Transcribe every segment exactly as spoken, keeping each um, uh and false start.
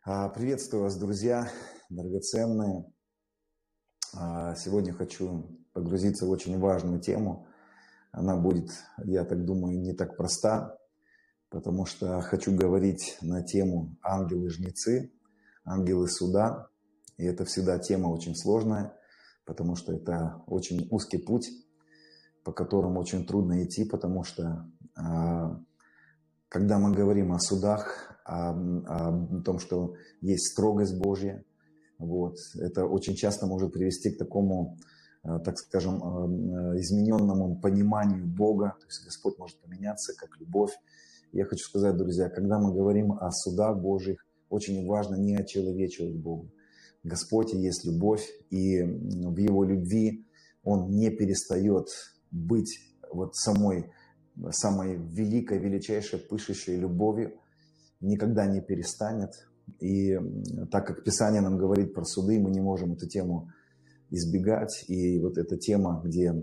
А, Приветствую вас, друзья, драгоценные. А, Сегодня хочу погрузиться в очень важную тему. Она будет, я так думаю, не так проста, потому что хочу говорить на тему ангелы-жнецы, ангелы суда. И это всегда тема очень сложная, потому что это очень узкий путь, по которому очень трудно идти, потому что а, когда мы говорим о судах, о, о том, что есть строгость Божья, вот, это очень часто может привести к такому, так скажем, измененному пониманию Бога. То есть Господь может поменяться, как любовь. Я хочу сказать, друзья, когда мы говорим о судах Божьих, очень важно не очеловечивать Бога. Господь есть любовь, и в Его любви Он не перестает быть вот самой самой великой, величайшей, пышущей любовью, никогда не перестанет. И так как Писание нам говорит про суды, мы не можем эту тему избегать. И вот эта тема, где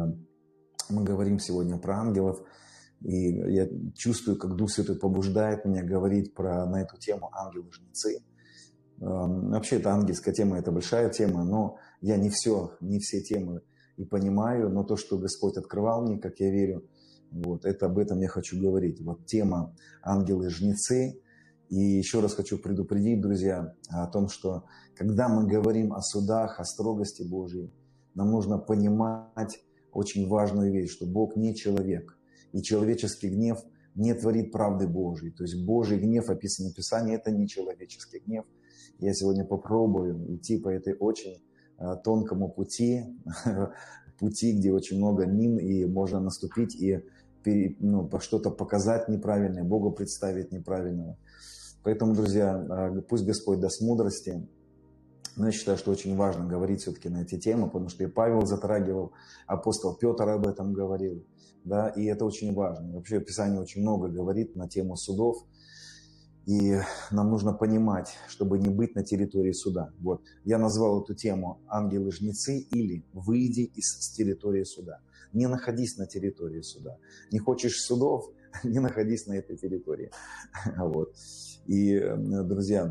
мы говорим сегодня про ангелов, и я чувствую, как Дух Святой побуждает меня говорить про, на эту тему ангелы-жнецы. Вообще, это ангельская тема, это большая тема, но я не все, не все темы и понимаю, но то, что Господь открывал мне, как я верю, вот, это об этом я хочу говорить. Вот тема ангелы-жнецы. И еще раз хочу предупредить, друзья, о том, что когда мы говорим о судах, о строгости Божьей, нам нужно понимать очень важную вещь, что Бог не человек. И человеческий гнев не творит правды Божьей. То есть Божий гнев, описан в Писании, это не человеческий гнев. Я сегодня попробую идти по этой очень тонкому пути, пути, где очень много мин, и можно наступить и ну, что-то показать неправильное, Богу представить неправильного. Поэтому, друзья, пусть Господь даст мудрости. Но я считаю, что очень важно говорить все-таки на эти темы, потому что и Павел затрагивал, апостол Петр об этом говорил, да, и это очень важно. Вообще Писание очень много говорит на тему судов, и нам нужно понимать, чтобы не быть на территории суда. Вот. Я назвал эту тему «Ангелы-жнецы» или «Выйди из территории суда». Не находись на территории суда. Не хочешь судов – не находись на этой территории. Вот. И, друзья,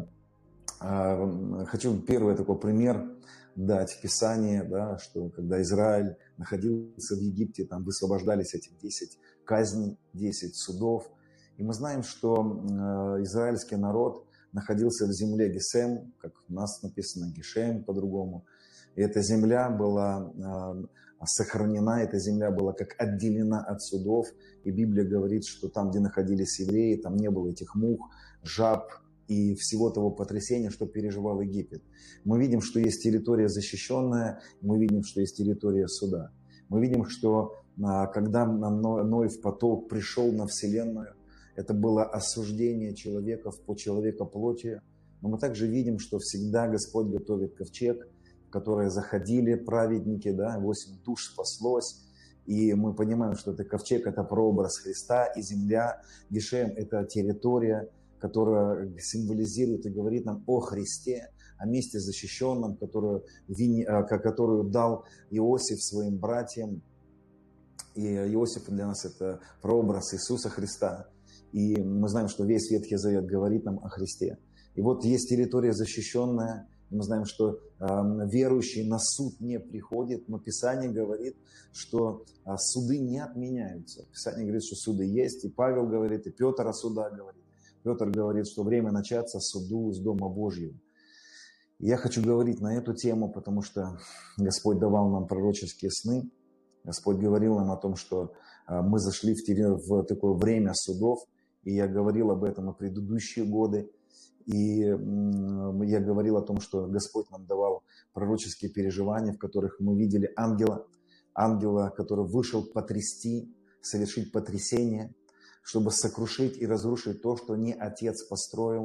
хочу первый такой пример дать в Писании, да, что когда Израиль находился в Египте, там высвобождались эти десять казней, десять судов. И мы знаем, что израильский народ находился в земле Гесем, как у нас написано Гешем по-другому. И эта земля была сохранена, эта земля была как отделена от судов. И Библия говорит, что там, где находились евреи, там не было этих мух, жаб и всего того потрясения, что переживал Египет. Мы видим, что есть территория защищенная, мы видим, что есть территория суда. Мы видим, что когда Ноев поток пришел на вселенную, это было осуждение человеков по человекоплотию. Но мы также видим, что всегда Господь готовит ковчег, в который заходили праведники, да, восемь душ спаслось. И мы понимаем, что это ковчег – это прообраз Христа, и земля, Гешем – это территория, которая символизирует и говорит нам о Христе, о месте защищенном, которую, которую дал Иосиф своим братьям. И Иосиф для нас – это прообраз Иисуса Христа. И мы знаем, что весь Ветхий Завет говорит нам о Христе. И вот есть территория защищенная. Мы знаем, что э, верующий на суд не приходит, но Писание говорит, что э, суды не отменяются. Писание говорит, что суды есть, и Павел говорит, и Петр о судах говорит. Петр говорит, что время начаться суду с Дома Божьего. И я хочу говорить на эту тему, потому что Господь давал нам пророческие сны. Господь говорил нам о том, что э, мы зашли в, в такое время судов. И я говорил об этом и предыдущие годы. И я говорил о том, что Господь нам давал пророческие переживания, в которых мы видели ангела, ангела, который вышел потрясти, совершить потрясение, чтобы сокрушить и разрушить то, что не Отец построил.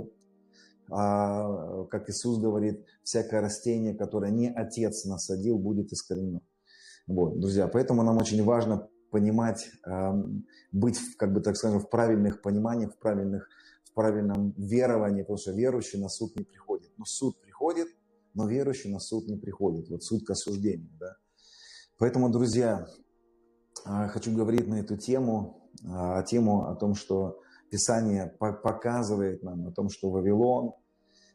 А, как Иисус говорит, всякое растение, которое не Отец насадил, будет искоренено. Вот, друзья, поэтому нам очень важно понимать, быть, как бы так скажем, в правильных пониманиях, в, правильных, в правильном веровании, потому что верующий на суд не приходит. Но суд приходит, но верующий на суд не приходит. Вот суд к осуждению. Да? Поэтому, друзья, хочу говорить на эту тему, тему о том, что Писание показывает нам, о том, что Вавилон,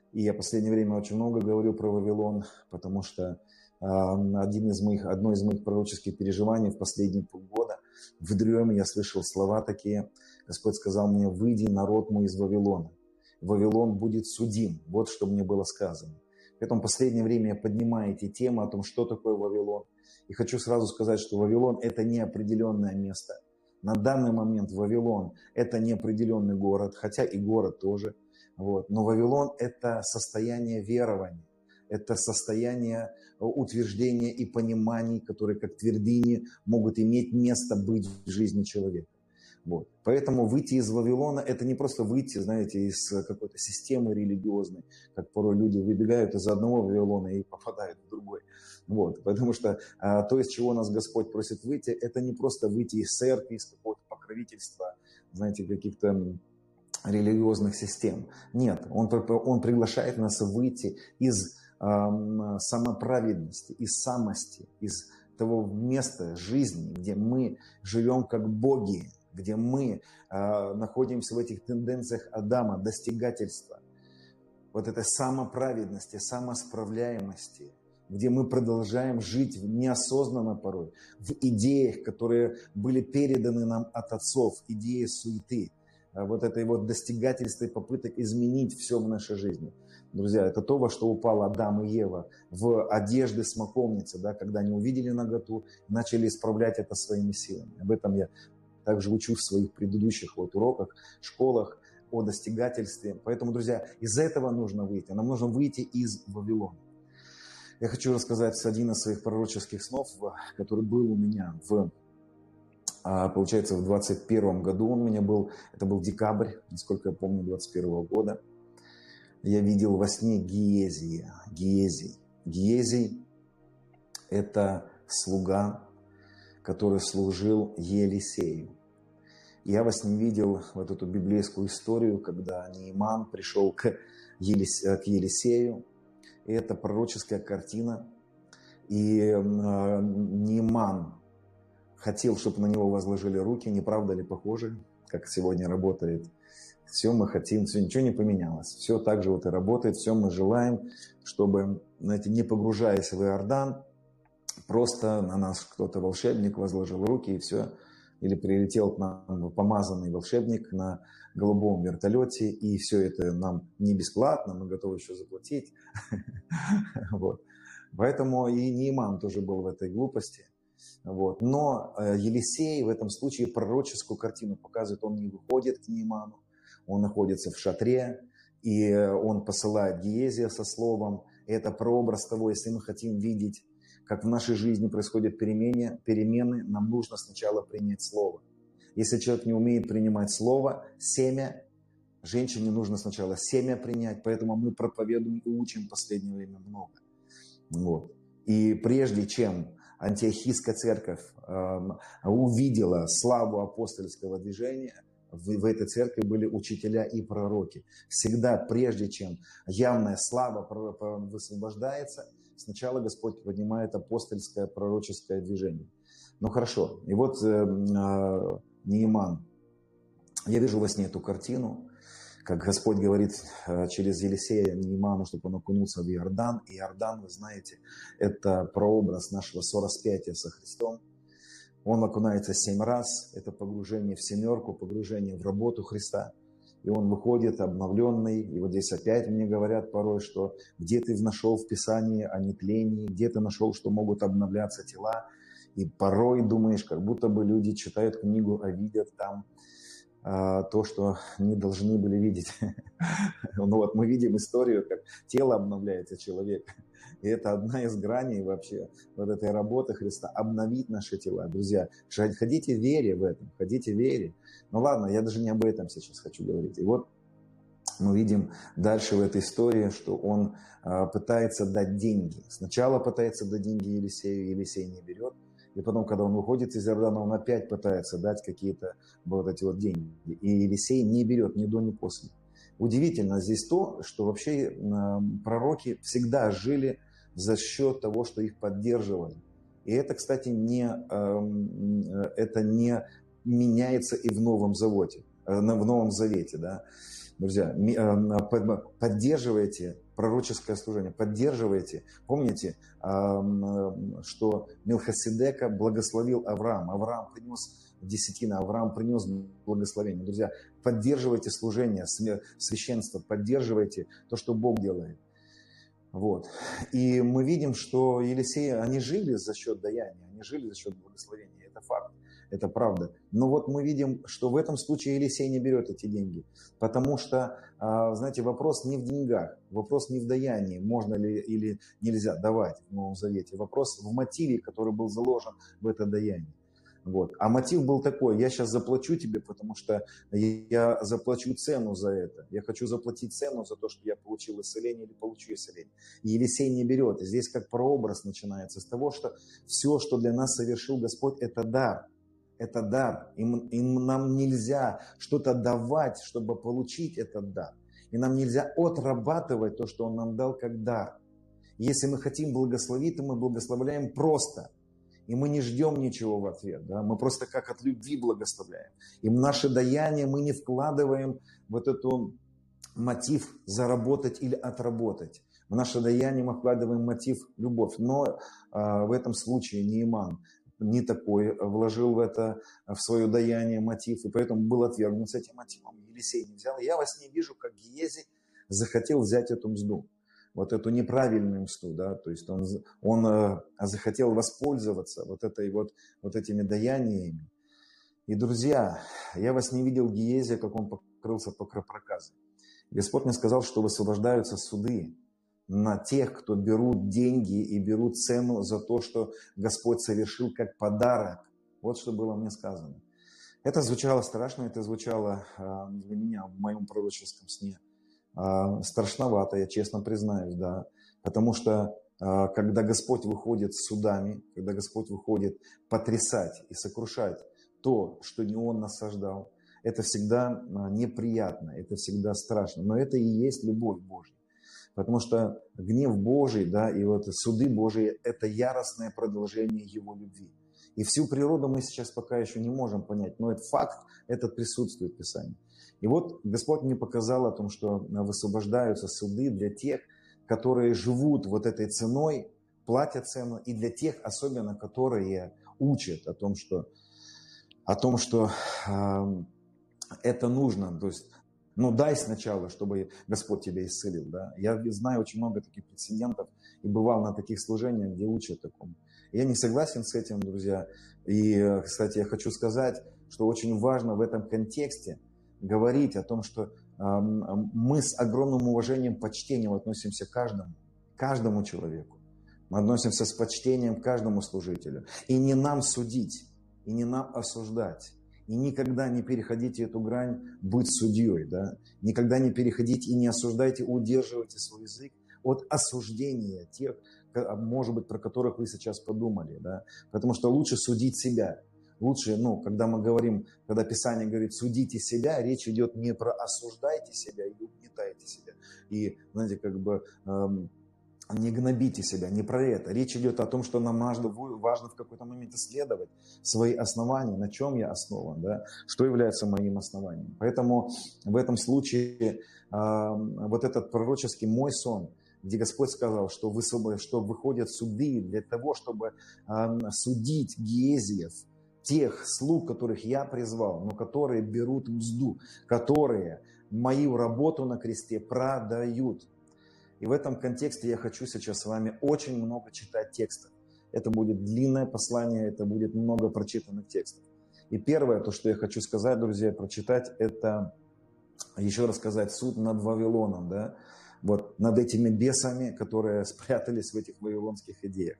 И я в последнее время очень много говорю про Вавилон, потому что один из моих, одно из моих пророческих переживаний в последние полгода в дреме я слышал слова такие. Господь сказал мне: «Выйди, народ мой, из Вавилона. Вавилон будет судим». Вот что мне было сказано. Поэтому в последнее время я поднимаю эти темы о том, что такое Вавилон. И хочу сразу сказать, что Вавилон – это неопределенное место. На данный момент Вавилон – это неопределенный город, хотя и город тоже. Вот. Но Вавилон – это состояние верования. Это состояние утверждения и пониманий, которые как твердыни могут иметь место быть в жизни человека. Вот. Поэтому выйти из Вавилона – это не просто выйти, знаете, из какой-то системы религиозной, как порой люди выбегают из одного Вавилона и попадают в другой. Вот. Потому что а, то, из чего нас Господь просит выйти, это не просто выйти из церкви, из какого-то покровительства, знаете, каких-то религиозных систем. Нет, Он, он приглашает нас выйти из э, самоправедности, из самости, из того места жизни, где мы живем как боги, где мы э, находимся в этих тенденциях Адама, достигательства, вот этой самоправедности, самосправляемости, где мы продолжаем жить неосознанно порой, в идеях, которые были переданы нам от отцов, идеи суеты, вот этой вот достигательства и попыток изменить все в нашей жизни. Друзья, это то, во что упал Адам и Ева, в одежды смоковницы, да, когда они увидели наготу, начали исправлять это своими силами. Об этом я также учу в своих предыдущих вот уроках, школах о достигательстве. Поэтому, друзья, из этого нужно выйти. Нам нужно выйти из Вавилона. Я хочу рассказать один из своих пророческих снов, который был у меня в, получается, в двадцать первом году. Он у меня был, это был декабрь, насколько я помню, двадцать первого года. Я видел во сне Гиезия. Гиезий. Гиезий – это слуга, который служил Елисею. Я во сне видел вот эту библейскую историю, когда Неиман пришел к Елисею. И это пророческая картина. И Неиман хотел, чтобы на него возложили руки. Не правда ли похоже, как сегодня работает? Все мы хотим, все, ничего не поменялось. Все так же вот и работает, все мы желаем, чтобы, знаете, не погружаясь в Иордан, просто на нас кто-то волшебник возложил руки и все. Или прилетел к нам помазанный волшебник на голубом вертолете, и все это нам не бесплатно, мы готовы еще заплатить. Вот. Поэтому и Неиман тоже был в этой глупости. Вот. Но Елисей в этом случае пророческую картину показывает. Он не выходит к Неиману, он находится в шатре, и он посылает Гиезия со словом. Это прообраз того, если мы хотим видеть, как в нашей жизни происходят перемены, перемены, нам нужно сначала принять слово. Если человек не умеет принимать слово, семя, женщине нужно сначала семя принять, поэтому мы проповедуем и учим в последнее время много. Вот. И прежде чем антиохийская церковь э, увидела славу апостольского движения, в, в этой церкви были учителя и пророки. Всегда, прежде чем явная слава высвобождается, сначала Господь поднимает апостольское пророческое движение. Ну хорошо, и вот э, э, Неиман. Я вижу во сне эту картину, как Господь говорит э, через Елисея Неиману, чтобы он окунулся в Иордан. И Иордан, вы знаете, это прообраз нашего сораспятия со Христом. Он окунается семь раз, это погружение в семерку, погружение в работу Христа. И он выходит обновленный. И вот здесь опять мне говорят порой, что где ты нашел в Писании о нетлении, где ты нашел, что могут обновляться тела. И порой думаешь, как будто бы люди читают книгу, а видят там а, то, что не должны были видеть. Ну вот мы видим историю, как тело обновляется человека. И это одна из граней вообще вот этой работы Христа, обновить наши тела. Друзья, ходите в вере в этом, ходите в вере. Ну ладно, я даже не об этом сейчас хочу говорить. И вот мы видим дальше в этой истории, что он а, пытается дать деньги. Сначала пытается дать деньги Елисею, Елисей не берет. И потом, когда он выходит из Иордана, он опять пытается дать какие-то вот эти вот деньги. И Елисей не берет ни до, ни после. Удивительно здесь то, что вообще э, пророки всегда жили за счет того, что их поддерживали. И это, кстати, не, э, это не меняется и в Новом Завете, э, в Новом Завете. Да? Друзья, поддерживайте пророческое служение, поддерживайте. Помните, что Мелхиседека благословил Авраам. Авраам принес десятины, Авраам принес благословение. Друзья, поддерживайте служение, священство, поддерживайте то, что Бог делает. Вот. И мы видим, что Елисей, они жили за счет даяния, они жили за счет благословения. Это факт, это правда. Но вот мы видим, что в этом случае Елисей не берет эти деньги. Потому что, знаете, вопрос не в деньгах, вопрос не в даянии, можно ли или нельзя давать в Новом Завете. Вопрос в мотиве, который был заложен в это даяние. Вот. А мотив был такой: я сейчас заплачу тебе, потому что я заплачу цену за это. Я хочу заплатить цену за то, что я получил исцеление или получу исцеление. И Елисей не берет. И здесь как прообраз начинается с того, что все, что для нас совершил Господь, это дар. Это дар. И нам нельзя что-то давать, чтобы получить этот дар. И нам нельзя отрабатывать то, что Он нам дал как дар. Если мы хотим благословить, то мы благословляем просто. И мы не ждем ничего в ответ. Да? Мы просто как от любви благословляем. И в наше даяние мы не вкладываем вот эту мотив заработать или отработать. В наше даяние мы вкладываем мотив любовь. Но а, в этом случае Нееман не такой вложил в это, в свое даяние мотив. И поэтому был отвергнут с этим мотивом. Елисей не взял. Я вас не вижу, как Гиези захотел взять эту мзду. Вот эту неправильную мсту, да, то есть он, он э, захотел воспользоваться вот, этой вот, вот этими даяниями. И, друзья, я вас не видел Гиезия, как он покрылся проказой. Господь мне сказал, что высвобождаются суды на тех, кто берут деньги и берут цену за то, что Господь совершил как подарок. Вот что было мне сказано. Это звучало страшно, это звучало э, для меня в моем пророческом сне. Страшновато, я честно признаюсь, да. Потому что когда Господь выходит с судами, когда Господь выходит потрясать и сокрушать то, что не Он насаждал, это всегда неприятно, это всегда страшно. Но это и есть любовь Божья. Потому что гнев Божий, да, и вот суды Божьи – это яростное продолжение Его любви. И всю природу мы сейчас пока еще не можем понять, но этот факт, этот присутствует в Писании. И вот Господь мне показал о том, что высвобождаются суды для тех, которые живут вот этой ценой, платят цену, и для тех особенно, которые учат о том, что, о том, что э, это нужно. То есть, ну дай сначала, чтобы Господь тебя исцелил. Да? Я знаю очень много таких прецедентов и бывал на таких служениях, где учат такому. Я не согласен с этим, друзья. И, кстати, я хочу сказать, что очень важно в этом контексте говорить о том, что э, мы с огромным уважением, почтением относимся к каждому, каждому человеку. Мы относимся с почтением к каждому служителю. И не нам судить, и не нам осуждать. И никогда не переходите эту грань быть судьей. Да? Никогда не переходите и не осуждайте, удерживайте свой язык от осуждения тех, может быть, про которых вы сейчас подумали. Да? Потому что лучше судить себя. Лучше, ну, когда мы говорим, когда Писание говорит «судите себя», речь идет не про «осуждайте себя» и угнетайте себя. И, знаете, как бы эм, не гнобите себя, не про это. Речь идет о том, что нам важно, важно в какой-то момент исследовать свои основания, на чем я основан, да, что является моим основанием. Поэтому в этом случае эм, вот этот пророческий мой сон, где Господь сказал, что, вы, что выходят суды для того, чтобы эм, судить Гиезиев, тех слуг, которых я призвал, но которые берут мзду, которые мою работу на кресте продают. И в этом контексте я хочу сейчас с вами очень много читать текстов. Это будет длинное послание, это будет много прочитанных текстов. И первое, то, что я хочу сказать, друзья, прочитать, это еще раз сказать суд над Вавилоном, да? Вот над этими бесами, которые спрятались в этих вавилонских идеях.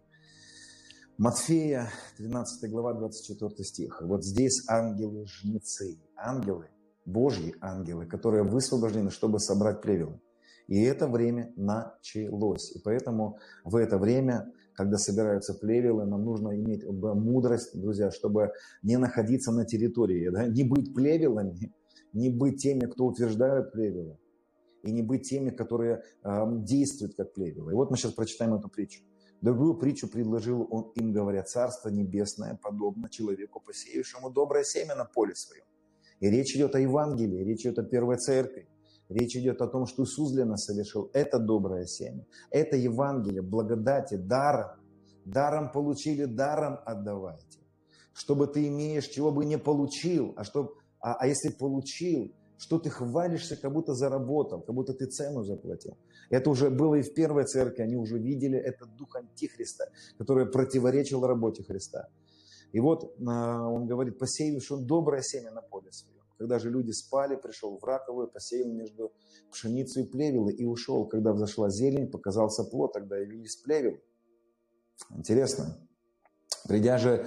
Матфея, тринадцатая глава, двадцать четвёртый стих. Вот здесь ангелы-жнецы, ангелы, Божьи ангелы, которые высвобождены, чтобы собрать плевелы. И это время началось. И поэтому в это время, когда собираются плевелы, нам нужно иметь мудрость, друзья, чтобы не находиться на территории, да? Не быть плевелами, не быть теми, кто утверждают плевелы, и не быть теми, которые э, действуют как плевелы. И вот мы сейчас прочитаем эту притчу. Другую притчу предложил он им, говоря: «Царство небесное подобно человеку, посеявшему доброе семя на поле своем». И речь идет о Евангелии, речь идет о первой церкви. Речь идет о том, что Иисус для нас совершил. Это доброе семя. Это Евангелие, благодати, даром. Даром получили, даром отдавайте. Чтобы ты имеешь, чего бы не получил, а, чтоб, а, а если получил, что ты хвалишься, как будто заработал, как будто ты цену заплатил. Это уже было и в первой церкви, они уже видели этот дух Антихриста, который противоречил работе Христа. И вот а, он говорит, посеявший он доброе семя на поле своем. Когда же люди спали, пришел враг его, посеял между пшеницей и плевелы и ушел. Когда взошла зелень, показался плод, тогда явились плевелы. Интересно. Придя же э,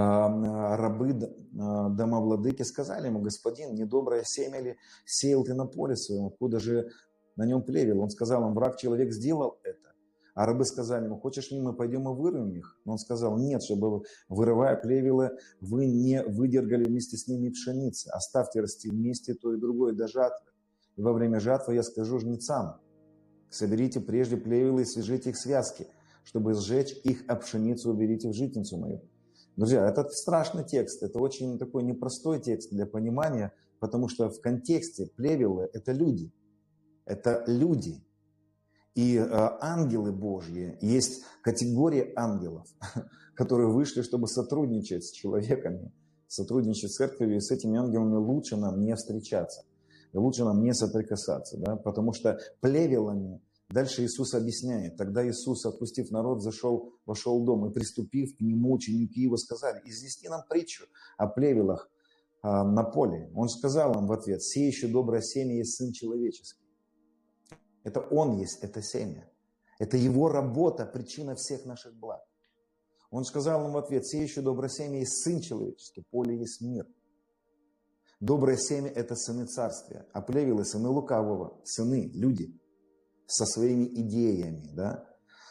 рабы э, домовладыки сказали ему, господин, недоброе семя ли сеял ты на поле своем, откуда же на нем плевел? Он сказал им, враг человек сделал это. А рабы сказали ему, хочешь ли мы пойдем и вырвем их? Но он сказал, нет, чтобы, вырывая плевелы, вы не выдергали вместе с ними пшеницы. Оставьте расти вместе то и другое до жатвы. И во время жатвы я скажу жнецам, соберите прежде плевелы и свяжите их связки, чтобы сжечь их, а пшеницу уберите в житницу мою. Друзья, это страшный текст, это очень такой непростой текст для понимания, потому что в контексте плевелы – это люди. Это люди. И э, ангелы Божьи, есть категория ангелов, которые вышли, чтобы сотрудничать с человеками, сотрудничать с церковью, и с этими ангелами лучше нам не встречаться, и лучше нам не соприкасаться, да? Потому что плевелами, дальше Иисус объясняет, тогда Иисус, отпустив народ, зашел, вошел в дом, и приступив к нему, ученики его сказали, извести нам притчу о плевелах э, на поле. Он сказал им в ответ, сеющий доброе семя есть Сын Человеческий. Это Он есть, это семя. Это Его работа, причина всех наших благ. Он сказал им в ответ, сеющий доброе семя есть Сын Человеческий, поле есть мир. Доброе семя – это сыны царствия, а плевелы – сыны лукавого, сыны, люди, со своими идеями. Да?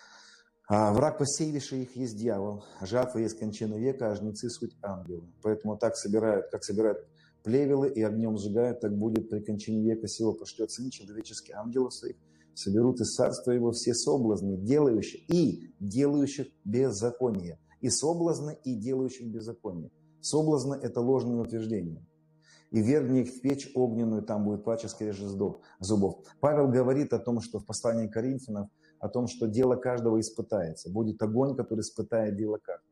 А враг, посеявший их, есть дьявол, жатва есть кончина века, а жнецы – суть ангелы. Поэтому так собирают, как собирают плевелы и огнем сжигают, так будет при кончине века сего пошлет Сын Человеческий ангелов своих, соберут из царства его все соблазны, делающих и делающих беззаконие. И соблазны, и делающих беззаконие. Соблазны – это ложные утверждения. И вергни их в печь огненную, там будет плач и скрежет зубов. Павел говорит о том, что в послании к Коринфянам, о том, что дело каждого испытается. Будет огонь, который испытает дело каждого.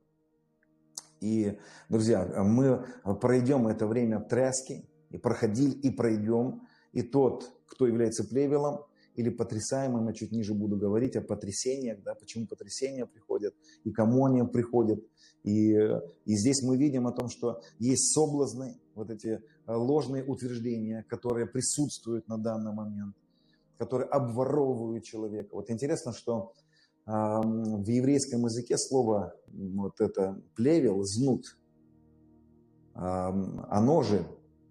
И, друзья, мы пройдем это время тряски, и проходили, и пройдем. И тот, кто является плевелом или потрясаемым, я чуть ниже буду говорить о потрясениях, да, почему потрясения приходят, и кому они приходят. И, и здесь мы видим о том, что есть соблазны, вот эти ложные утверждения, которые присутствуют на данный момент, которые обворовывают человека. Вот интересно, что в еврейском языке слово вот это плевел, знут, оно же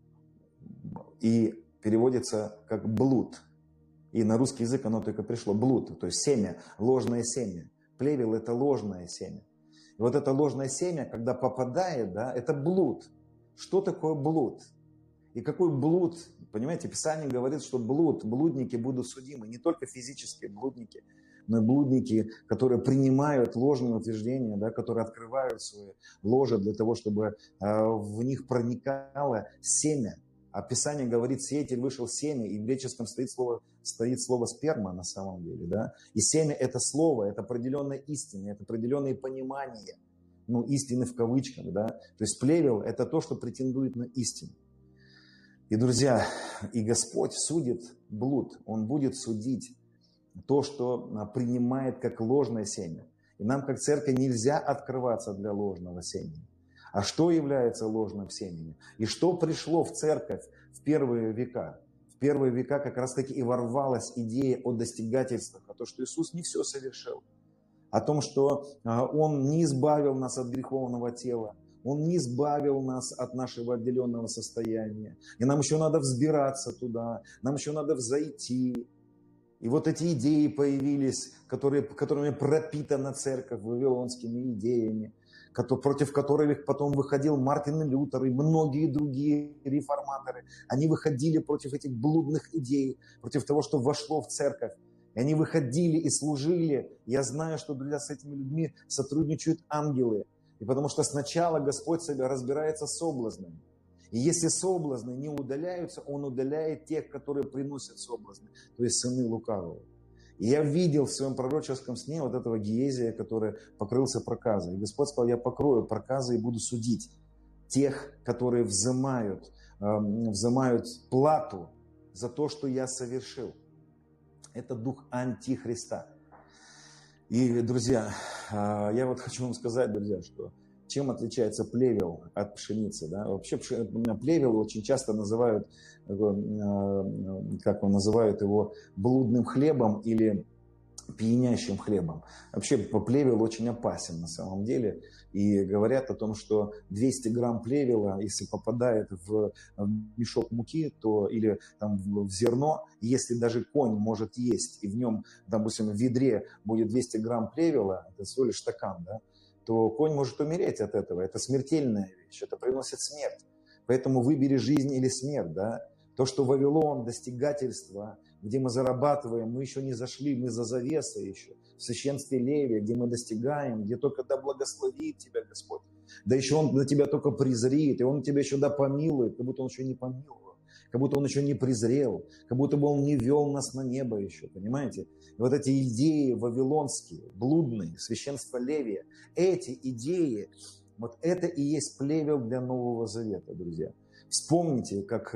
и переводится как блуд. И на русский язык оно только пришло, блуд, то есть семя, ложное семя. Плевел – это ложное семя. И вот это ложное семя, когда попадает, да, это блуд. Что такое блуд? И какой блуд? Понимаете, Писание говорит, что блуд, блудники будут судимы, не только физические блудники, но и блудники, которые принимают ложные утверждения, да, которые открывают свои ложи для того, чтобы э, в них проникало семя. А Писание говорит, сеятель вышел семя, и в греческом стоит слово, стоит слово сперма на самом деле. Да? И семя – это слово, это определенная истина, это определенные понимания, ну, истины в кавычках. Да? То есть плевел – это то, что претендует на истину. И, друзья, и Господь судит блуд, Он будет судить то, что принимает как ложное семя. И нам, как церковь, нельзя открываться для ложного семени. А что является ложным семенем? И что пришло в церковь в первые века? В первые века как раз-таки и ворвалась идея о достигательствах, о том, что Иисус не все совершил, о том, что Он не избавил нас от греховного тела, Он не избавил нас от нашего отделенного состояния. И нам еще надо взбираться туда, нам еще надо взойти. И вот эти идеи появились, которые, которыми пропитана церковь вавилонскими идеями, против которых потом выходил Мартин Лютер и многие другие реформаторы. Они выходили против этих блудных идей, против того, что вошло в церковь. И они выходили и служили. Я знаю, что, друзья, с этими людьми сотрудничают ангелы. И потому что сначала Господь себя разбирается с соблазнами. И если соблазны не удаляются, Он удаляет тех, которые приносят соблазны, то есть сыны лукавого. И я видел в своем пророческом сне вот этого Гиезия, который покрылся проказой. И Господь сказал, я покрою проказы и буду судить тех, которые взымают, э, взымают плату за то, что я совершил. Это дух антихриста. И, друзья, э, я вот хочу вам сказать, друзья, что чем отличается плевел от пшеницы? Да? Вообще плевел очень часто называют, как он называют его, блудным хлебом или пьянящим хлебом. Вообще плевел очень опасен на самом деле. И говорят о том, что двести грамм плевела, если попадает в мешок муки, то или там в зерно, если даже конь может есть, и в нем, допустим, в ведре будет двести грамм плевела, это всего лишь стакан, да, то конь может умереть от этого. Это смертельная вещь, это приносит смерть. Поэтому выбери жизнь или смерть. Да? То, что Вавилон, достигательство, где мы зарабатываем, мы еще не зашли, мы за завесой еще. В священстве Левия, где мы достигаем, где только да благословит тебя Господь. Да еще Он на тебя только презрит, и Он тебя еще да помилует, как будто Он еще не помиловал, как будто Он еще не презрел, как будто бы Он не вел нас на небо еще, понимаете? И вот эти идеи вавилонские, блудные, священство Левия, эти идеи, вот это и есть плевел для Нового Завета, друзья. Вспомните, как,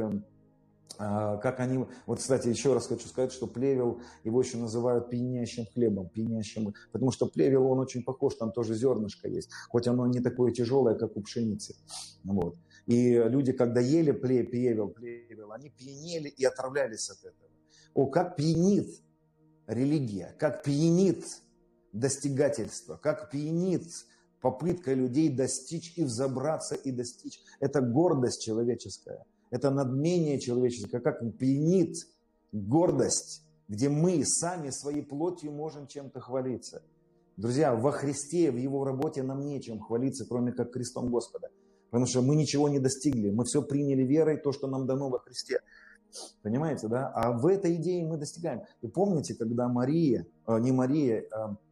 как они... Вот, кстати, еще раз хочу сказать, что плевел, его еще называют пьянящим хлебом, пьянящим, потому что плевел, он очень похож, там тоже зернышко есть, хоть оно не такое тяжелое, как у пшеницы. Вот. И люди, когда ели плевел, плевел, они пьянели и отравлялись от этого. О, как пьянит религия, как пьянит достигательство, как пьянит попытка людей достичь и взобраться и достичь. Это гордость человеческая, это надмение человеческое, как пьянит гордость, где мы сами своей плотью можем чем-то хвалиться. Друзья, во Христе, в Его работе нам нечем хвалиться, кроме как крестом Господа. Потому что мы ничего не достигли, мы все приняли верой, то, что нам дано во Христе. Понимаете, да? А в этой идее мы достигаем. И помните, когда Мария, не Мария,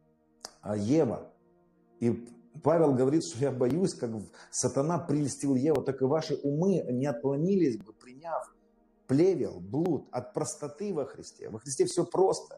а Ева, и Павел говорит, что я боюсь, как сатана прельстил Еву, так и ваши умы не отклонились бы, приняв плевел, блуд от простоты во Христе. Во Христе все просто,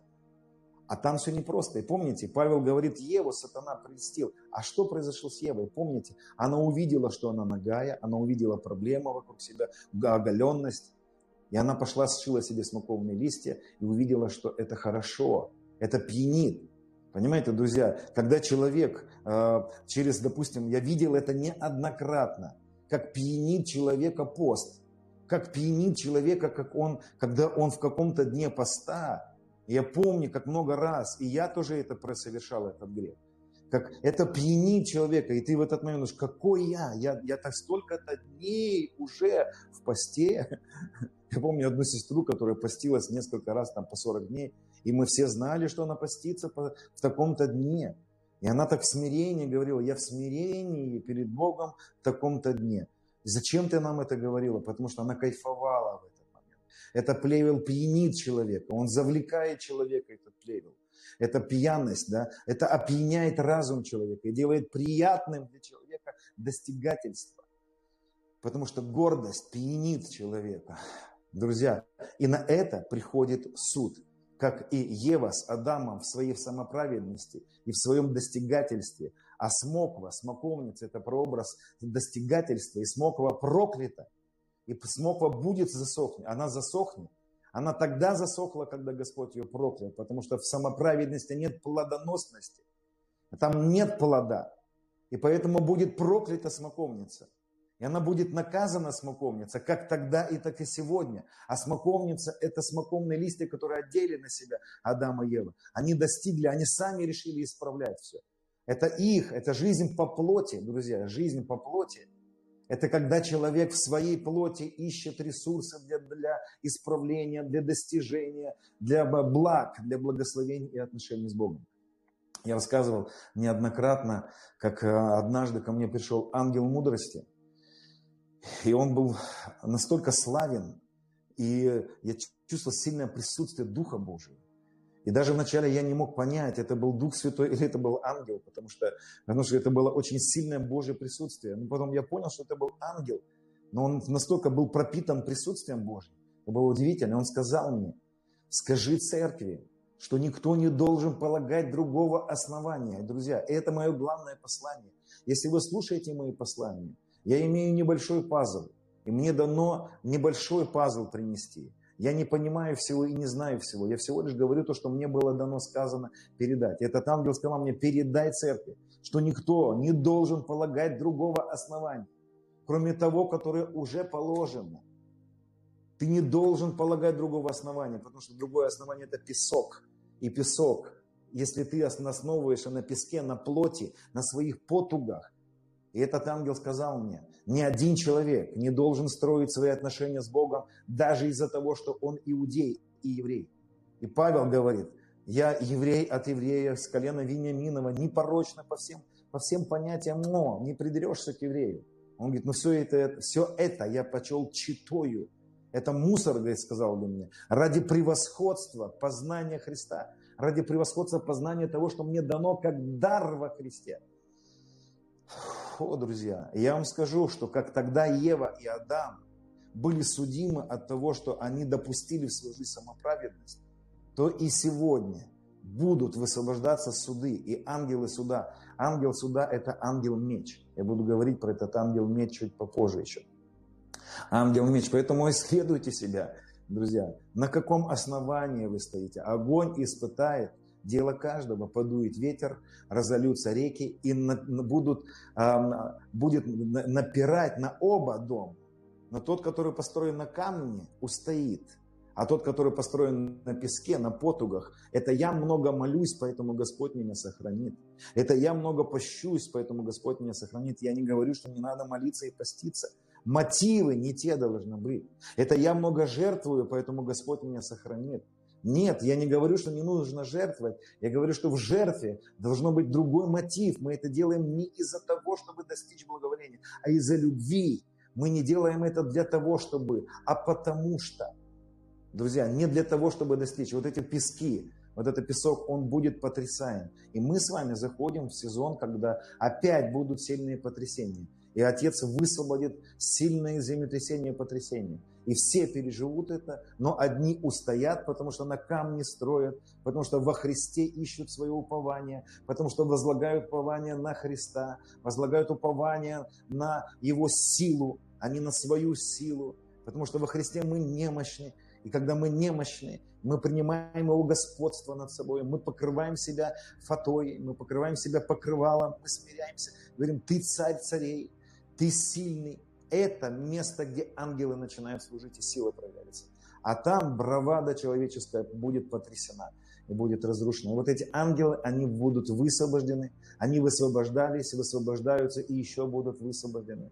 а там все непросто. И помните, Павел говорит, Еву сатана прельстил. А что произошло с Евой? Помните, она увидела, что она нагая, она увидела проблему вокруг себя, оголенность. И она пошла, сшила себе смоковные листья и увидела, что это хорошо, это пьянит. Понимаете, друзья, когда человек э, через, допустим, я видел это неоднократно, как пьянит человека пост, как пьянит человека, как он, когда он в каком-то дне поста. Я помню, как много раз, и я тоже это совершал, этот грех. Как это пьянит человека, и ты в этот момент думаешь, какой я? Я, я так столько-то дней уже в посте. Я помню одну сестру, которая постилась несколько раз там, по сорок дней, и мы все знали, что она постится по, в таком-то дне. И она так в смирении говорила, я в смирении перед Богом в таком-то дне. И зачем ты нам это говорила? Потому что она кайфовала в этот момент. Это плевел пьянит человека, он завлекает человека, этот плевел. Это пьяность, да? Это опьяняет разум человека и делает приятным для человека достигательство. Потому что гордость пьянит человека. Друзья, и на это приходит суд. Как и Ева с Адамом в своей самоправедности и в своем достигательстве. А смоква, смоковница, это прообраз достигательства. И смоква проклята. И смоква будет засохнуть. Она засохнет. Она тогда засохла, когда Господь ее проклял, потому что в самоправедности нет плодоносности. Там нет плода. И поэтому будет проклята смоковница. И она будет наказана, смоковница, как тогда и так и сегодня. А смоковница – это смоковные листья, которые одели на себя Адам и Ева. Они достигли, они сами решили исправлять все. Это их, это жизнь по плоти, друзья, жизнь по плоти. Это когда человек в своей плоти ищет ресурсы для, для исправления, для достижения, для благ, для благословения и отношений с Богом. Я рассказывал неоднократно, как однажды ко мне пришел ангел мудрости. И он был настолько славен, и я чувствовал сильное присутствие Духа Божьего. И даже вначале я не мог понять, это был Дух Святой или это был ангел, потому что, потому что это было очень сильное Божье присутствие. Но потом я понял, что это был ангел. но он настолько был пропитан присутствием Божьим, это было удивительно. Он сказал мне: скажи церкви, что никто не должен полагать другого основания. Друзья, это мое главное послание. Если вы слушаете мои послания, я имею небольшой пазл, и мне дано небольшой пазл принести. Я не понимаю всего и не знаю всего. Я всего лишь говорю то, что мне было дано сказано передать. Этот ангел сказал мне: передай церкви, что никто не должен полагать другого основания, кроме того, которое уже положено. Ты не должен полагать другого основания, потому что другое основание – это песок. И песок, если ты основываешься на песке, на плоти, на своих потугах. И этот ангел сказал мне: ни один человек не должен строить свои отношения с Богом даже из-за того, что он иудей и еврей. И Павел говорит: я еврей от еврея, с колена Вениаминова, непорочно по всем, по всем понятиям, но не придерешься к еврею. Он говорит: ну все это, все это я почел читою. Это мусор, говорит, сказал для меня, ради превосходства познания Христа, ради превосходства познания того, что мне дано как дар во Христе. О, друзья, я вам скажу, что как тогда Ева и Адам были судимы от того, что они допустили в свою жизнь самоправедность, то и сегодня будут высвобождаться суды и ангелы суда. Ангел суда – это ангел-меч. Я буду говорить про этот ангел-меч чуть попозже еще. Ангел-меч. Поэтому исследуйте себя, друзья. На каком основании вы стоите? Огонь испытает дело каждого. Подует ветер, разольются реки и на, будут, э, будет напирать на оба дома. Но тот, который построен на камне, устоит. А тот, который построен на песке, на потугах, это я много молюсь, поэтому Господь меня сохранит. Это я много пощусь, поэтому Господь меня сохранит. Я не говорю, что не надо молиться и поститься. Мотивы не те должны быть. Это я много жертвую, поэтому Господь меня сохранит. Нет, я не говорю, что не нужно жертвовать. Я говорю, что в жертве должно быть другой мотив. Мы это делаем не из-за того, чтобы достичь благоволения, а из-за любви. Мы не делаем это для того, чтобы, а потому что. Друзья, не для того, чтобы достичь. Вот эти пески, вот этот песок, он будет потрясаем. И мы с вами заходим в сезон, когда опять будут сильные потрясения. И Отец высвободит сильные землетрясения и потрясения. И все переживут это, но одни устоят, потому что на камне строят, потому что во Христе ищут свое упование, потому что возлагают упование на Христа, возлагают упование на Его силу, а не на свою силу, потому что во Христе мы немощны. И когда мы немощны, мы принимаем Его господство над собой, мы покрываем себя фатой, мы покрываем себя покрывалом, мы смиряемся, говорим: ты царь царей, ты сильный. Это место, где ангелы начинают служить и сила проявляется. А там бравада человеческая будет потрясена и будет разрушена. И вот эти ангелы, они будут высвобождены, они высвобождались, высвобождаются и еще будут высвобождены.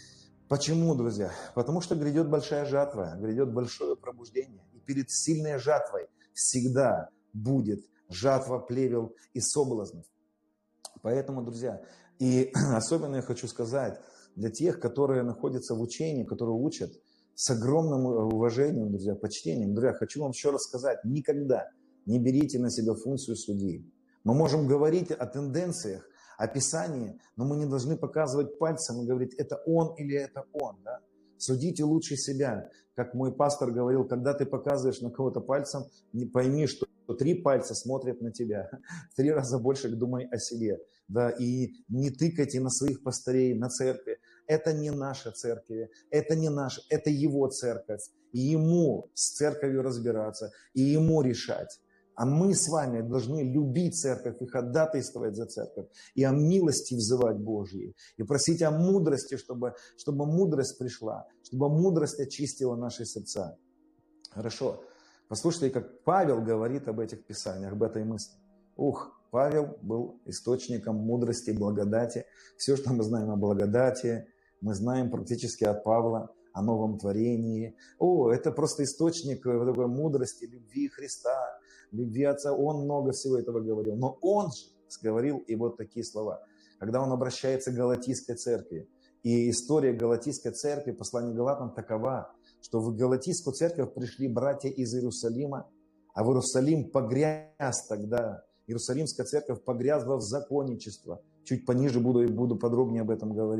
Почему, друзья? Потому что грядет большая жатва, грядет большое пробуждение. И перед сильной жатвой всегда будет жатва плевел и соблазнов. Поэтому, друзья, и особенно я хочу сказать, для тех, которые находятся в учении, которые учат с огромным уважением, друзья, почтением. Друзья, хочу вам еще раз сказать, никогда не берите на себя функцию судьи. Мы можем говорить о тенденциях, о Писании, но мы не должны показывать пальцем и говорить: это он или это он. Да? Судите лучше себя. Как мой пастор говорил, когда ты показываешь на кого-то пальцем, не пойми, что три пальца смотрят на тебя. Три раза больше думай о себе. Да? И не тыкайте на своих пастырей, на церкви. Это не наша церковь, это не наша, это его церковь. И ему с церковью разбираться, и ему решать. А мы с вами должны любить церковь и ходатайствовать за церковь, и о милости взывать Божьей, и просить о мудрости, чтобы, чтобы мудрость пришла, чтобы мудрость очистила наши сердца. Хорошо. Послушайте, как Павел говорит об этих писаниях, об этой мысли. Ух, Павел был источником мудрости и благодати. Все, что мы знаем о благодати, мы знаем практически от Павла, о новом творении. О, это просто источник такой мудрости, любви Христа, любви Отца. Он много всего этого говорил. Но он же говорил и вот такие слова. Когда он обращается к Галатийской церкви. И история Галатийской церкви, послание Галатам такова, что в Галатийскую церковь пришли братья из Иерусалима, а в Иерусалим погряз тогда. Иерусалимская церковь погрязла в законничество. Чуть пониже буду, буду подробнее об этом говорить.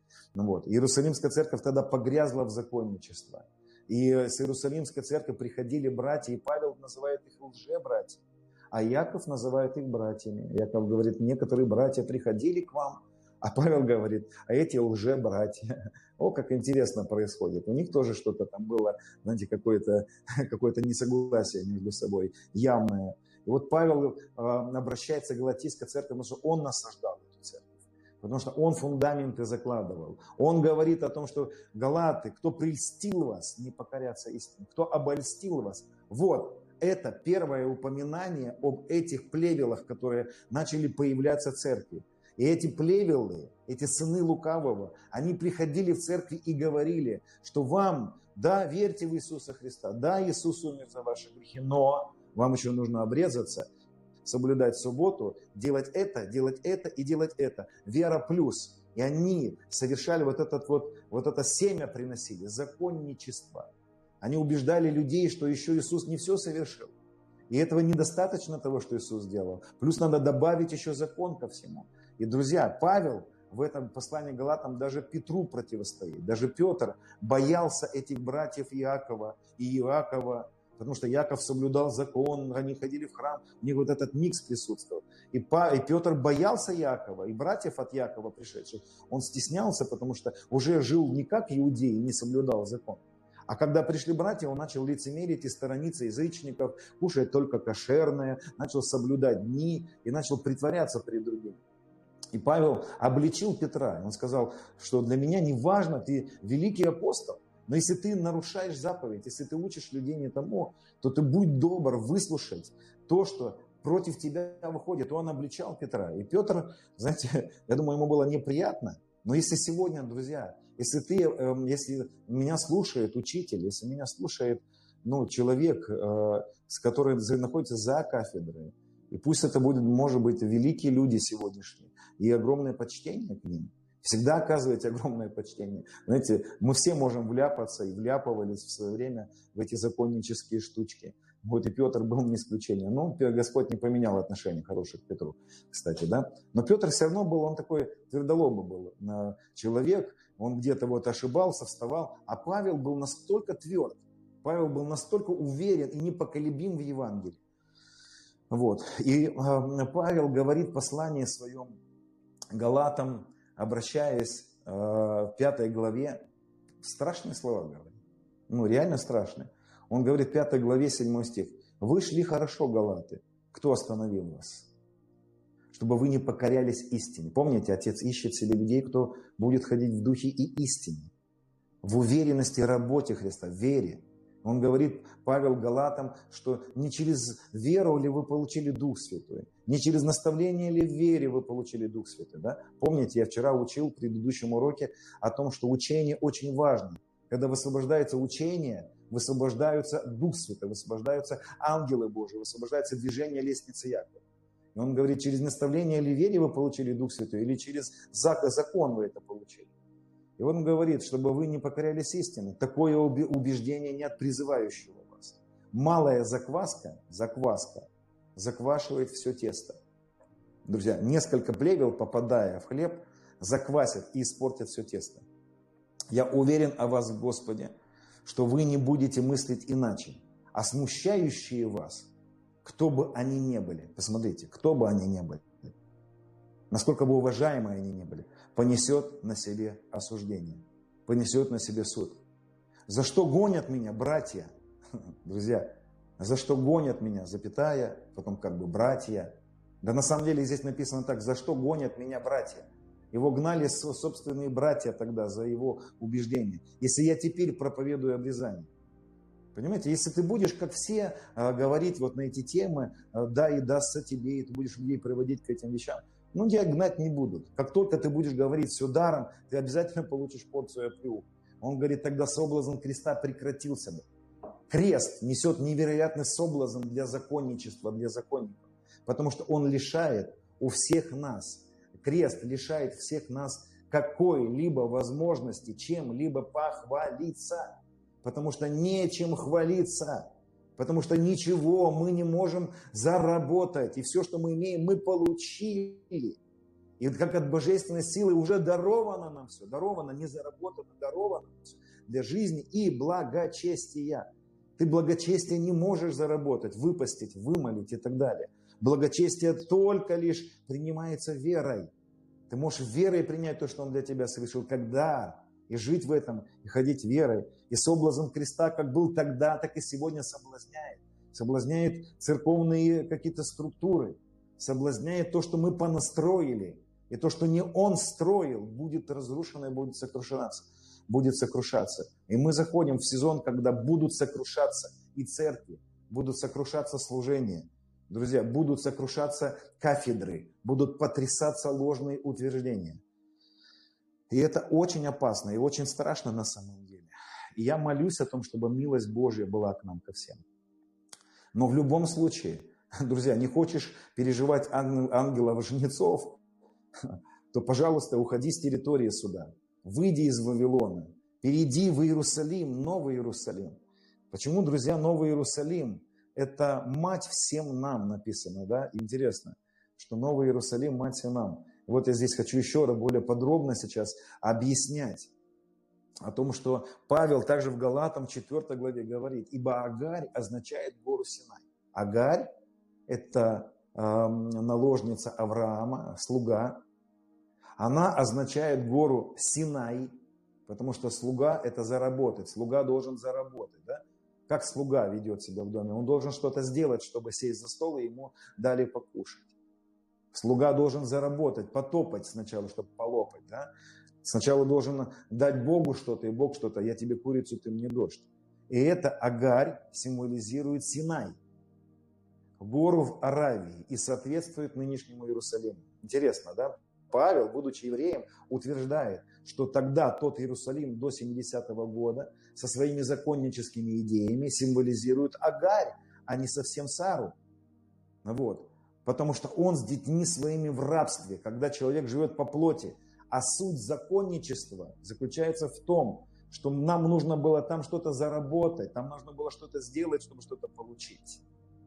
Ну, вот. Иерусалимская церковь тогда погрязла в законничество. И с Иерусалимской церкви приходили братья, и Павел называет их лжебратьями, а Яков называет их братьями. Яков говорит, некоторые братья приходили к вам, а Павел говорит, а эти лжебратья. О, как интересно происходит. У них тоже что-то там было, знаете, какое-то какое-то несогласие между собой, явное. И вот Павел э, обращается к Галатийской церкви, потому что он насаждал эту церковь. Потому что он фундаменты закладывал. Он говорит о том, что галаты, кто прельстил вас, не покоряться истине, кто обольстил вас. Вот, это первое упоминание об этих плевелах, которые начали появляться в церкви. И эти плевелы, эти сыны лукавого, они приходили в церкви и говорили, что вам, да, верьте в Иисуса Христа, да, Иисус умер за ваши грехи, но вам еще нужно обрезаться, соблюдать субботу, делать это, делать это и делать это. Вера плюс. И они совершали вот, этот вот, вот это семя приносили, законничество. Они убеждали людей, что еще Иисус не все совершил. И этого недостаточно того, что Иисус сделал. Плюс надо добавить еще закон ко всему. И, друзья, Павел в этом послании к Галатам даже Петру противостоит. Даже Петр боялся этих братьев Иакова и Иакова, потому что Яков соблюдал закон, они ходили в храм, у них вот этот микс присутствовал. И, Па, и Петр боялся Якова, и братьев от Якова пришедших. Он стеснялся, потому что уже жил не как иудей и не соблюдал закон. А когда пришли братья, он начал лицемерить и сторониться язычников, кушать только кошерное, начал соблюдать дни и начал притворяться перед другими. И Павел обличил Петра. Он сказал, что для меня не важно, ты великий апостол, но если ты нарушаешь заповедь, если ты учишь людей не тому, то ты будь добр выслушать то, что против тебя выходит. Он обличал Петра. И Петр, знаете, я думаю, ему было неприятно. Но если сегодня, друзья, если ты, если меня слушает учитель, если меня слушает ну, человек, с который находится за кафедрой, и пусть это будет, может быть, великие люди сегодняшние, и огромное почтение к ним, всегда оказывайте огромное почтение. Знаете, мы все можем вляпаться и вляпывались в свое время в эти законнические штучки. Вот и Петр был не исключением. Но Господь не поменял отношение хороших к Петру, кстати, да. Но Петр все равно был, он такой твердолобый был человек, он где-то вот ошибался, вставал, а Павел был настолько тверд, Павел был настолько уверен и непоколебим в Евангелии. Вот. И Павел говорит в послании своем Галатам, обращаясь в пятой главе, страшные слова говорит. Ну, реально страшные. Он говорит в пятой главе, седьмой стих. Вы шли хорошо, галаты. Кто остановил вас? Чтобы вы не покорялись истине. Помните, Отец ищет себе людей, кто будет ходить в духе и истине. В уверенности работе Христа, в вере. Он говорит, Павел Галатам, что не через веру ли вы получили Дух Святой, не через наставление ли в вере вы получили Дух Святой. Да? Помните, я вчера учил в предыдущем уроке о том, что учение очень важно. Когда высвобождается учение, высвобождаются Дух Святой, высвобождаются ангелы Божьи, высвобождается движение лестницы Якова. И он говорит, через наставление ли в вере вы получили Дух Святой, или через закон вы это получили. И он говорит, чтобы вы не покорялись истине. Такое убеждение не от призывающего вас. Малая закваска, закваска, заквашивает все тесто. Друзья, несколько плевел, попадая в хлеб, заквасят и испортят все тесто. Я уверен о вас, Господи, что вы не будете мыслить иначе. А смущающие вас, кто бы они ни были, посмотрите, кто бы они ни были, насколько бы уважаемые они ни были, понесет на себе осуждение, понесет на себе суд. За что гонят меня братья? Друзья, за что гонят меня, запятая, потом как бы братья. Да на самом деле здесь написано так, за что гонят меня братья? Его гнали собственные братья тогда за его убеждения. Если я теперь проповедую обрезание. Понимаете, если ты будешь, как все, говорить вот на эти темы, да и дастся тебе, и ты будешь людей приводить к этим вещам, ну, тебя гнать не будут. Как только ты будешь говорить все даром, ты обязательно получишь порцию оплеух. Он говорит, тогда соблазн креста прекратился бы. Крест несет невероятный соблазн для законничества, для законников. Потому что он лишает у всех нас, крест лишает всех нас какой-либо возможности чем-либо похвалиться. Потому что нечем хвалиться. Потому что ничего мы не можем заработать. И все, что мы имеем, мы получили. И как от божественной силы уже даровано нам все, даровано, не заработано, даровано все для жизни и благочестия. Ты благочестие не можешь заработать, выпастить, вымолить и так далее. Благочестие только лишь принимается верой. Ты можешь верой принять то, что Он для тебя совершил, когда, и жить в этом, и ходить верой. И соблазн креста, как был тогда, так и сегодня соблазняет. Соблазняет церковные какие-то структуры, соблазняет то, что мы понастроили. И то, что не Он строил, будет разрушено и будет сокрушаться. Будет сокрушаться. И мы заходим в сезон, когда будут сокрушаться и церкви, будут сокрушаться служения. Друзья, будут сокрушаться кафедры, будут потрясаться ложные утверждения. И это очень опасно и очень страшно на самом деле. И я молюсь о том, чтобы милость Божья была к нам ко всем. Но в любом случае, друзья, не хочешь переживать ангелов-жнецов, то, пожалуйста, уходи с территории суда. Выйди из Вавилона, перейди в Иерусалим, Новый Иерусалим. Почему, друзья, Новый Иерусалим? Это мать всем нам написано, да? Интересно, что Новый Иерусалим мать всем нам. И вот я здесь хочу еще раз более подробно сейчас объяснять о том, что Павел также в Галатам четвёртой главе говорит, ибо Агарь означает гору Синай. Агарь – это э, наложница Авраама, слуга. Она означает гору Синай, потому что слуга – это заработать. Слуга должен заработать. Да? Как слуга ведет себя в доме? Он должен что-то сделать, чтобы сесть за стол, и ему дали покушать. Слуга должен заработать, потопать сначала, чтобы полопать. Да? Сначала должен дать Богу что-то, и Бог что-то. Я тебе курицу, ты мне дождь. И это Агарь символизирует Синай, гору в Аравии, и соответствует нынешнему Иерусалиму. Интересно, да? Павел, будучи евреем, утверждает, что тогда тот Иерусалим до семидесятого года со своими законническими идеями символизирует Агарь, а не совсем Сару. Вот. Потому что он с детьми своими в рабстве, когда человек живет по плоти. А суть законничества заключается в том, что нам нужно было там что-то заработать, там нужно было что-то сделать, чтобы что-то получить.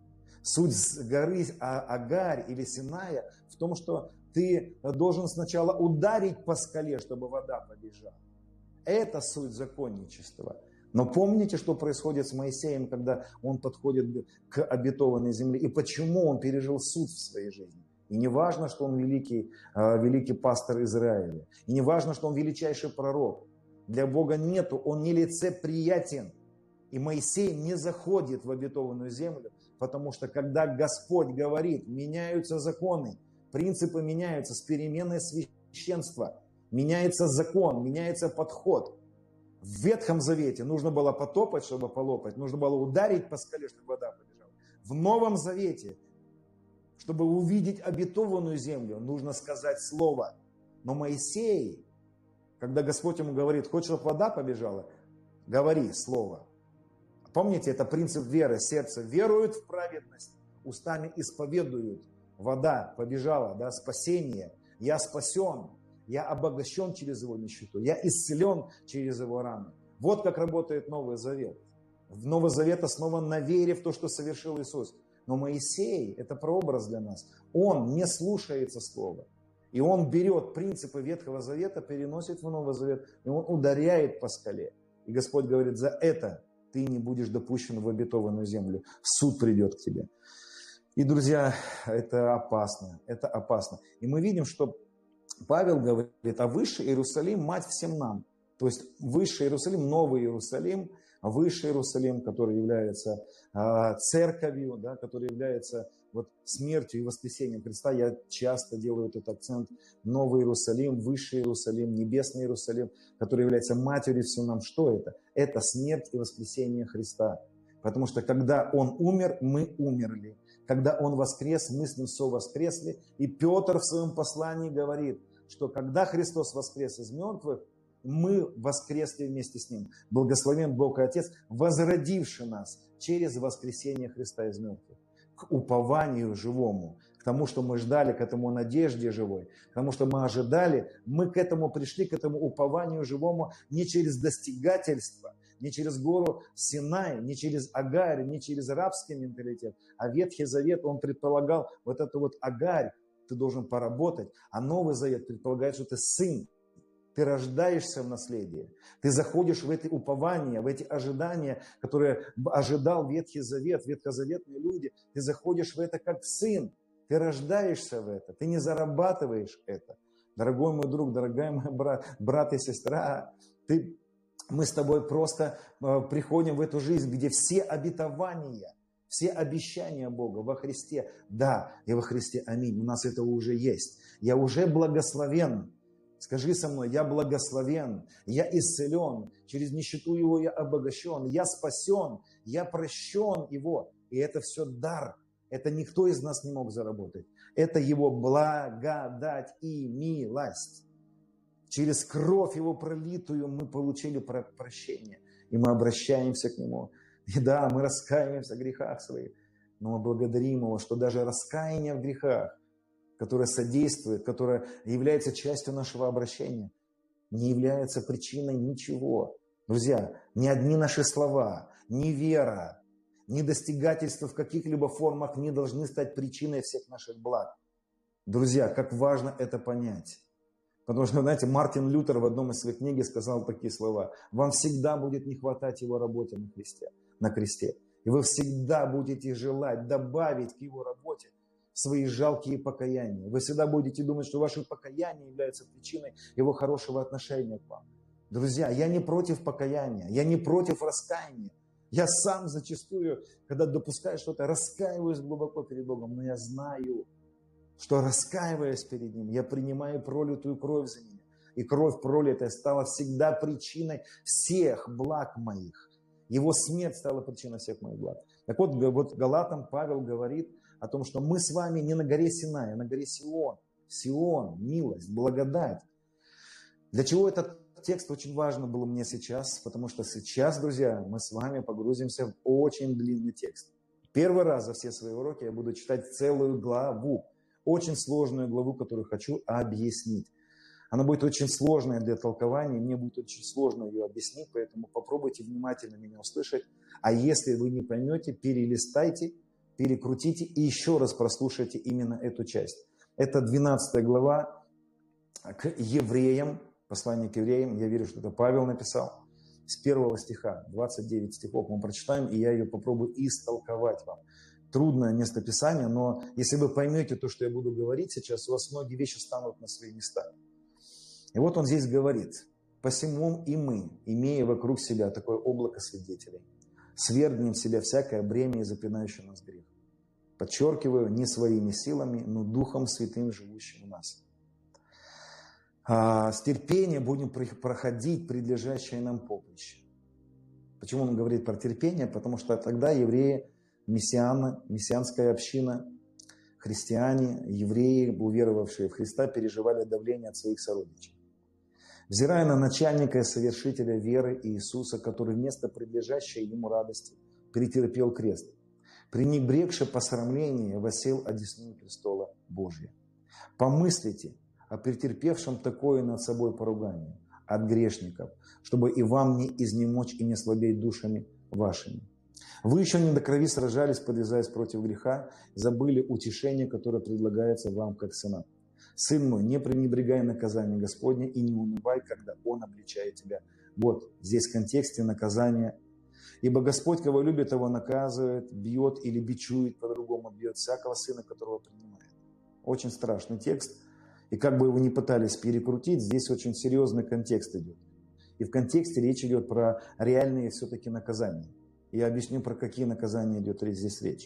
Суть горы Агарь или Синая в том, что ты должен сначала ударить по скале, чтобы вода побежала. Это суть законничества. Но помните, что происходит с Моисеем, когда он подходит к обетованной земле, и почему он пережил суд в своей жизни. И не важно, что он великий, великий пастор Израиля, и не важно, что он величайший пророк. Для Бога нету, он нелицеприятен. И Моисей не заходит в обетованную землю, потому что когда Господь говорит, меняются законы, принципы меняются с переменой священства, меняется закон, меняется подход. В Ветхом Завете нужно было потопать, чтобы полопать, нужно было ударить по скале, чтобы вода побежала. В Новом Завете, чтобы увидеть обетованную землю, нужно сказать слово. Но Моисей, когда Господь ему говорит, хочешь, чтобы вода побежала, говори слово. Помните, это принцип веры. Сердце верует в праведность, устами исповедуют. Вода побежала, да, спасение. Я спасен, я обогащен через его нищету, я исцелен через его раны. Вот как работает Новый Завет. В Новый Завет основан на вере в то, что совершил Иисус. Но Моисей – это прообраз для нас. Он не слушается слова. И он берет принципы Ветхого Завета, переносит в Новый Завет, и он ударяет по скале. И Господь говорит, за это ты не будешь допущен в обетованную землю. Суд придет к тебе. И, друзья, это опасно, это опасно. И мы видим, что Павел говорит, а высший Иерусалим – мать всем нам. То есть высший Иерусалим, Новый Иерусалим, высший Иерусалим, который является э, церковью, да, который является вот, смертью и воскресением Христа. Я часто делаю этот акцент. Новый Иерусалим, высший Иерусалим, небесный Иерусалим, который является матерью всем нам. Что это? Это смерть и воскресение Христа. Потому что когда Он умер, мы умерли. Когда Он воскрес, мы с Ним совоскресли. И Петр в своем послании говорит, что когда Христос воскрес из мертвых, мы воскресли вместе с Ним. Благословен Бог и Отец, возродивший нас через воскресение Христа из мертвых. К упованию живому, к тому, что мы ждали, к этому надежде живой, к тому, что мы ожидали, мы к этому пришли, к этому упованию живому не через достигательство, не через гору Синай, не через Агарь, не через рабский менталитет, а Ветхий Завет, он предполагал вот эту вот Агарь, ты должен поработать. А Новый Завет предполагает, что ты сын. Ты рождаешься в наследие. Ты заходишь в эти упования, в эти ожидания, которые ожидал Ветхий Завет, ветхозаветные люди. Ты заходишь в это как сын. Ты рождаешься в это. Ты не зарабатываешь это. Дорогой мой друг, дорогая моя брат, брат и сестра, ты, мы с тобой просто приходим в эту жизнь, где все обетования, все обещания Бога во Христе. Да, я во Христе, аминь. У нас это уже есть. Я уже благословен. Скажи со мной, я благословен, я исцелен, через нищету Его я обогащен, я спасен, я прощен Его. И это все дар. Это никто из нас не мог заработать. Это Его благодать и милость. Через кровь Его пролитую мы получили прощение. И мы обращаемся к Нему. И да, мы раскаиваемся в грехах своих. Но мы благодарим Его, что даже раскаяние в грехах, которая содействует, которая является частью нашего обращения, не является причиной ничего. Друзья, ни одни наши слова, ни вера, ни достигательства в каких-либо формах не должны стать причиной всех наших благ. Друзья, как важно это понять. Потому что, знаете, Мартин Лютер в одном из своих книг сказал такие слова. Вам всегда будет не хватать Его работе на кресте, на кресте. И вы всегда будете желать добавить к Его работе свои жалкие покаяния. Вы всегда будете думать, что ваше покаяние является причиной Его хорошего отношения к вам. Друзья, я не против покаяния, я не против раскаяния. Я сам зачастую, когда допускаю что-то, раскаиваюсь глубоко перед Богом, но я знаю, что раскаиваясь перед Ним, я принимаю пролитую кровь за меня. И кровь пролитая стала всегда причиной всех благ моих. Его смерть стала причиной всех моих благ. Так вот, вот Галатам Павел говорит о том, что мы с вами не на горе Синай, а на горе Сион. Сион, милость, благодать. Для чего этот текст очень важно было мне сейчас? Потому что сейчас, друзья, мы с вами погрузимся в очень длинный текст. Первый раз за все свои уроки я буду читать целую главу. Очень сложную главу, которую хочу объяснить. Она будет очень сложная для толкования, мне будет очень сложно ее объяснить, поэтому попробуйте внимательно меня услышать. А если вы не поймете, перелистайте, перекрутите и еще раз прослушайте именно эту часть. Это двенадцатая глава к евреям, послание к евреям. Я верю, что это Павел написал. С первого стиха, двадцать девять стихов мы прочитаем, и я ее попробую истолковать вам. Трудное местописание, но если вы поймете то, что я буду говорить сейчас, у вас многие вещи станут на свои места. И вот он здесь говорит: «Посему и мы, имея вокруг себя такое облако свидетелей, свергнем в себя всякое бремя и запинающее нас грех». Подчеркиваю, не своими силами, но Духом Святым, живущим в нас. А с терпением будем проходить предлежащее нам поприще. Почему он говорит про терпение? Потому что тогда евреи, мессианы, мессианская община, христиане, евреи, уверовавшие в Христа, переживали давление от своих сородичей. Взирая на начальника и совершителя веры Иисуса, который вместо предлежащей ему радости претерпел крест, пренебрегши посрамление, воссел одесную престола Божия. Помыслите о претерпевшем такое над собой поругание от грешников, чтобы и вам не изнемочь и не слабеть душами вашими. Вы еще не до крови сражались, подвязаясь против греха, забыли утешение, которое предлагается вам как сынам. Сын мой, не пренебрегай наказание Господне и не унывай, когда Он обличает тебя. Вот здесь в контексте наказания. Ибо Господь, кого любит, того наказывает, бьет или бичует, по-другому бьет всякого сына, которого принимает. Очень страшный текст. И как бы его ни пытались перекрутить, здесь очень серьезный контекст идет. И в контексте речь идет про реальные все-таки наказания. Я объясню, про какие наказания идет здесь речь.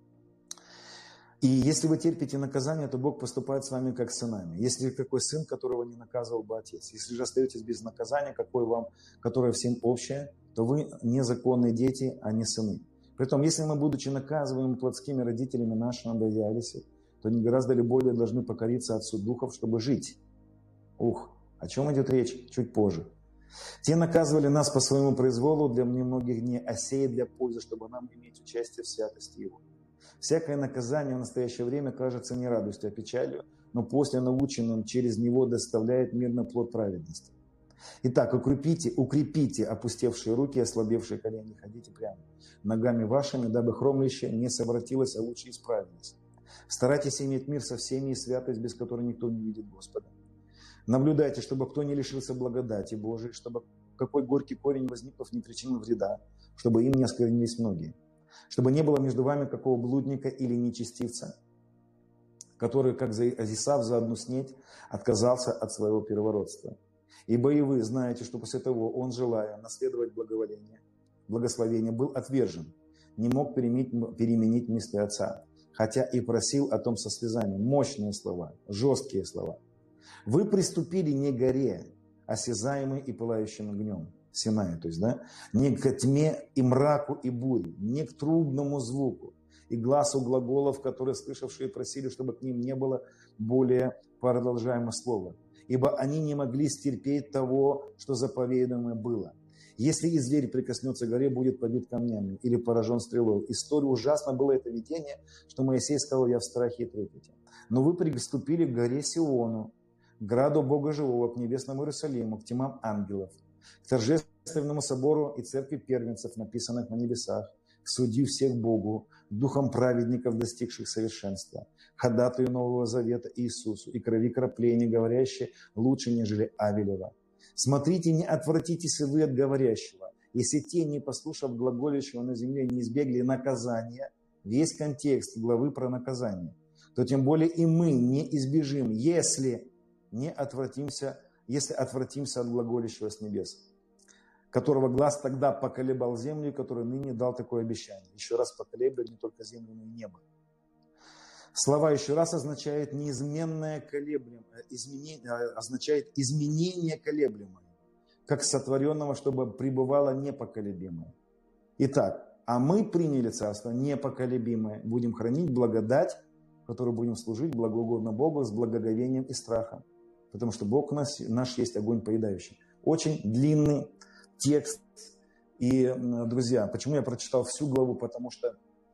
И если вы терпите наказание, то Бог поступает с вами как с сынами. Если какой сын, которого не наказывал бы отец. Если же остаетесь без наказания, какое вам, которое всем общее, то вы незаконные дети, а не сыны. Притом, если мы, будучи наказываемыми плотскими родителями нашими, боялись, то не гораздо ли более должны покориться Отцу Духов, чтобы жить? Ух, о чем идет речь? Чуть позже. Те наказывали нас по своему произволу для немногих дней, а сея для пользы, чтобы нам иметь участие в святости Его. Всякое наказание в настоящее время кажется не радостью, а печалью, но после наученным через него доставляет мирный плод праведности. Итак, укрепите, укрепите опустевшие руки и ослабевшие колени, ходите прямо ногами вашими, дабы хромлющее не совратилось, а лучше исправилось. Старайтесь иметь мир со всеми и святость, без которой никто не видит Господа. Наблюдайте, чтобы кто не лишился благодати Божией, чтобы какой горький корень, возникнув, не причинил вреда, чтобы им не осквернились многие. Чтобы не было между вами какого блудника или нечестивца, который, как Исав за одну снеть, отказался от своего первородства. Ибо и вы знаете, что после того он, желая наследовать благоволение, благословение, был отвержен, не мог переменить, переменить мысли отца, хотя и просил о том со слезами. Мощные слова, жесткие слова. Вы приступили не к горе, осязаемой и пылающим огнем, Синай, то есть, да, не к тьме и мраку и буре, не к трубному звуку и глазу глаголов, которые слышавшие просили, чтобы к ним не было более продолжаемого слова, ибо они не могли стерпеть того, что заповедано было. Если и зверь прикоснется к горе, будет побит камнями или поражен стрелой. История ужасно было это видение, что Моисей сказал: я в страхе и трепете. Но вы приступили к горе Сиону, к граду Бога Живого, к небесному Иерусалиму, к тьмам ангелов, к торжественному собору и церкви первенцев, написанных на небесах, к судью всех Богу, к духам праведников, достигших совершенства, ходатаю Нового Завета Иисусу и крови крапления, говорящей лучше, нежели Авелева. Смотрите, не отвратитесь и вы от говорящего, если те, не послушав глаголящего на земле, не избегли наказания, весь контекст главы про наказание, то тем более и мы не избежим, если не отвратимся, если отвратимся от глаголящего с небес, которого глаз тогда поколебал землю, и который ныне дал такое обещание. Еще раз поколеблет не только землю, но и небо. Слова «еще раз» означает неизменное колеблемое, изменение, означает изменение колеблемое, как сотворенного, чтобы пребывало непоколебимое. Итак, а мы приняли царство непоколебимое, будем хранить благодать, которую будем служить благоугодно Богу с благоговением и страхом, потому что Бог наш, наш есть огонь поедающий. Очень длинный текст. И, друзья, почему я прочитал всю главу? Потому что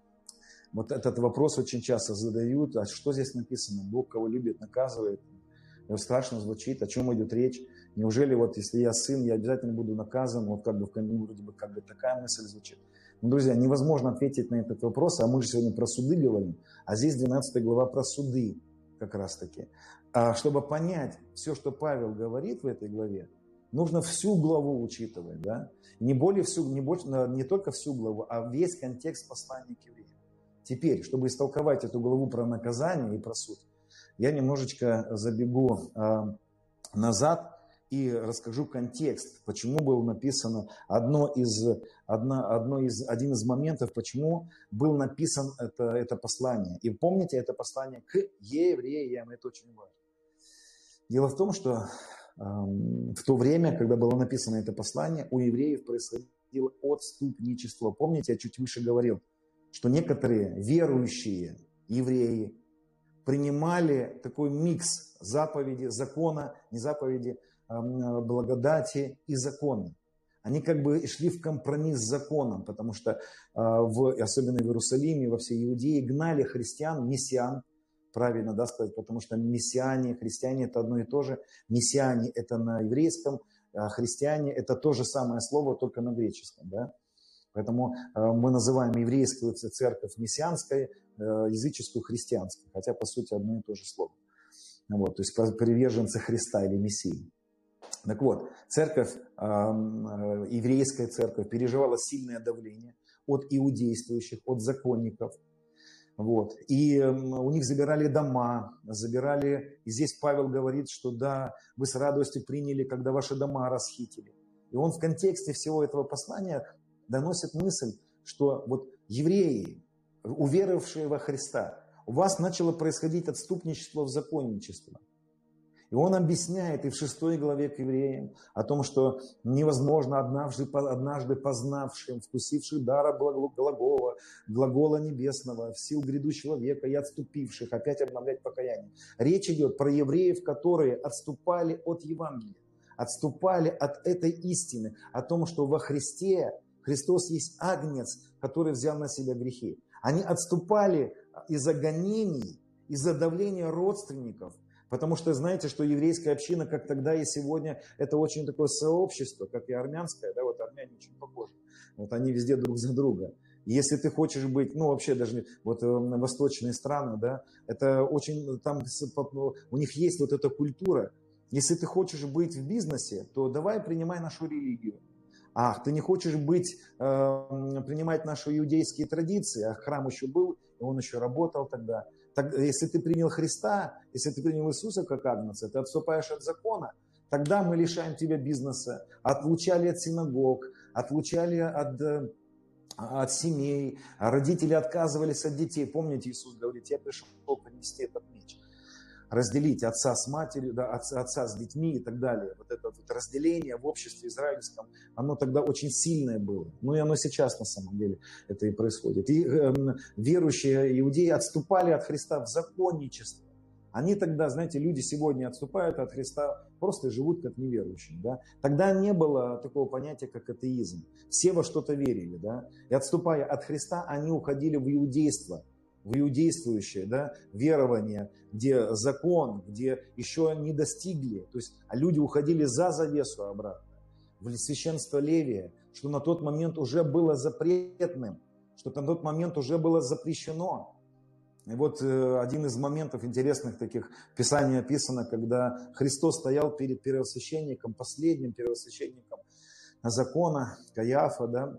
вот этот вопрос очень часто задают: а что здесь написано? Бог кого любит, наказывает. И страшно звучит, о чем идет речь. Неужели вот если я сын, я обязательно буду наказан? Вот как бы, ну, вроде бы как бы такая мысль звучит. Но, друзья, невозможно ответить на этот вопрос, а мы же сегодня про суды говорим, а здесь двенадцатая глава про суды как раз таки. А чтобы понять все, что Павел говорит в этой главе, нужно всю главу учитывать, да? Не, более всю, не, больше, не только всю главу, а весь контекст послания к евреям. Теперь, чтобы истолковать эту главу про наказание и про суд, я немножечко забегу э, назад и расскажу контекст, почему было написано одно из, одно, одно из, один из моментов, почему был написан это, это послание. И помните, это послание к евреям, это очень важно. Дело в том, что э, в то время, когда было написано это послание, у евреев происходило отступничество. Помните, я чуть выше говорил, что некоторые верующие евреи принимали такой микс заповеди, закона, не заповеди, а благодати и закона. Они как бы шли в компромисс с законом, потому что, в, особенно в Иерусалиме, во всей Иудее, гнали христиан, мессиан, правильно, да, сказать, потому что мессиане, христиане – это одно и то же. Мессиане – это на еврейском, а христиане – это то же самое слово, только на греческом, да. Поэтому мы называем еврейскую церковь мессианской, языческую христианской, хотя по сути одно и то же слово. Вот, то есть приверженцы Христа или Мессии. Так вот, церковь, еврейская церковь переживала сильное давление от иудействующих, от законников. Вот. И у них забирали дома, забирали, и здесь Павел говорит, что да, вы с радостью приняли, когда ваши дома расхитили. И он в контексте всего этого послания доносит мысль, что вот евреи, уверовавшие во Христа, у вас начало происходить отступничество в законничество. И он объясняет и в шестой главе к евреям о том, что невозможно однажды, однажды познавшим, вкусивших дара глагола, глагола небесного, в сил грядущего века и отступивших, опять обновлять покаяние. Речь идет про евреев, которые отступали от Евангелия, отступали от этой истины, о том, что во Христе Христос есть агнец, который взял на себя грехи. Они отступали из-за гонений, из-за давления родственников. Потому что знаете, что еврейская община, как тогда и сегодня, это очень такое сообщество, как и армянское, да, вот армяне очень похожи. Вот они везде друг за друга. И если ты хочешь быть, ну вообще даже вот восточные страны, да, это очень, там у них есть вот эта культура. Если ты хочешь быть в бизнесе, то давай принимай нашу религию. Ах, ты не хочешь быть, э, принимать наши иудейские традиции, а храм еще был, и он еще работал тогда. Так, если ты принял Христа, если ты принял Иисуса как агнца, ты отступаешь от закона, тогда мы лишаем тебя бизнеса, отлучали от синагог, отлучали от, от семей, родители отказывались от детей. Помните, Иисус говорит, я пришел принести этот меч. Разделить отца с матерью, да, отца, отца с детьми и так далее. Вот это вот разделение в обществе израильском, оно тогда очень сильное было. Ну и оно сейчас на самом деле это и происходит. И э, верующие иудеи отступали от Христа в законничество. Они тогда, знаете, люди сегодня отступают от Христа, просто живут как неверующие. Да? Тогда не было такого понятия, как атеизм. Все во что-то верили. Да? И отступая от Христа, они уходили в иудейство. В иудействующее, да, верование, где закон, где еще не достигли. То есть а люди уходили за завесу обратно, в священство Левия, что на тот момент уже было запретным, что на тот момент уже было запрещено. И вот э, один из моментов интересных таких в Писании описано, когда Христос стоял перед первосвященником, последним первосвященником закона, Каиафа, да,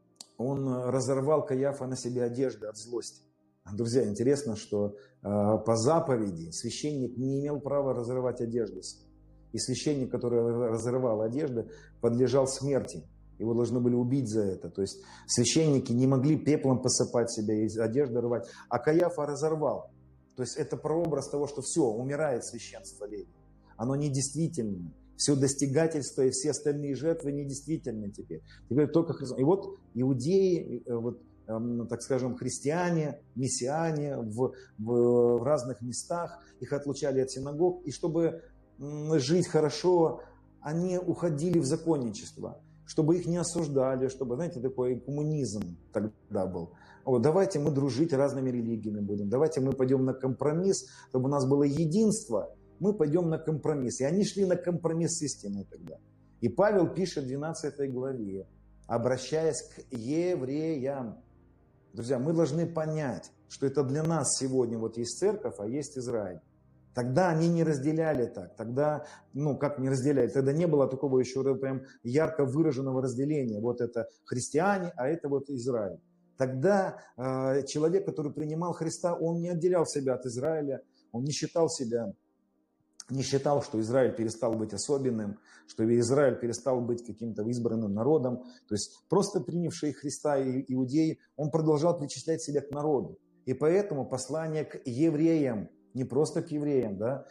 он разорвал Каиафа на себе одежды от злости. Друзья, интересно, что э, по заповеди священник не имел права разрывать одежды. И священник, который разрывал одежды, подлежал смерти. Его должны были убить за это. То есть священники не могли пеплом посыпать себя и одежды рвать. А Каиафа разорвал. То есть это прообраз того, что все, умирает священство Левия. Оно недействительно. Все достигательство и все остальные жертвы недействительны теперь. Теперь только Христос. И вот иудеи, вот, так скажем, христиане, мессиане в, в, в разных местах, их отлучали от синагог, и чтобы жить хорошо, они уходили в законничество, чтобы их не осуждали, чтобы, знаете, такой коммунизм тогда был. Вот, давайте мы дружить разными религиями будем, давайте мы пойдем на компромисс, чтобы у нас было единство, мы пойдем на компромисс. И они шли на компромисс с истиной тогда. И Павел пишет в двенадцатой главе, обращаясь к евреям. Друзья, мы должны понять, что это для нас сегодня вот есть церковь, а есть Израиль. Тогда они не разделяли так. Тогда, ну как не разделяли, тогда не было такого еще прям ярко выраженного разделения. Вот это христиане, а это вот Израиль. Тогда э, человек, который принимал Христа, он не отделял себя от Израиля, он не считал себя, не считал, что Израиль перестал быть особенным, что Израиль перестал быть каким-то избранным народом. То есть просто принявший Христа иудеи, он продолжал причислять себя к народу. И поэтому послание к евреям, не просто к евреям, да,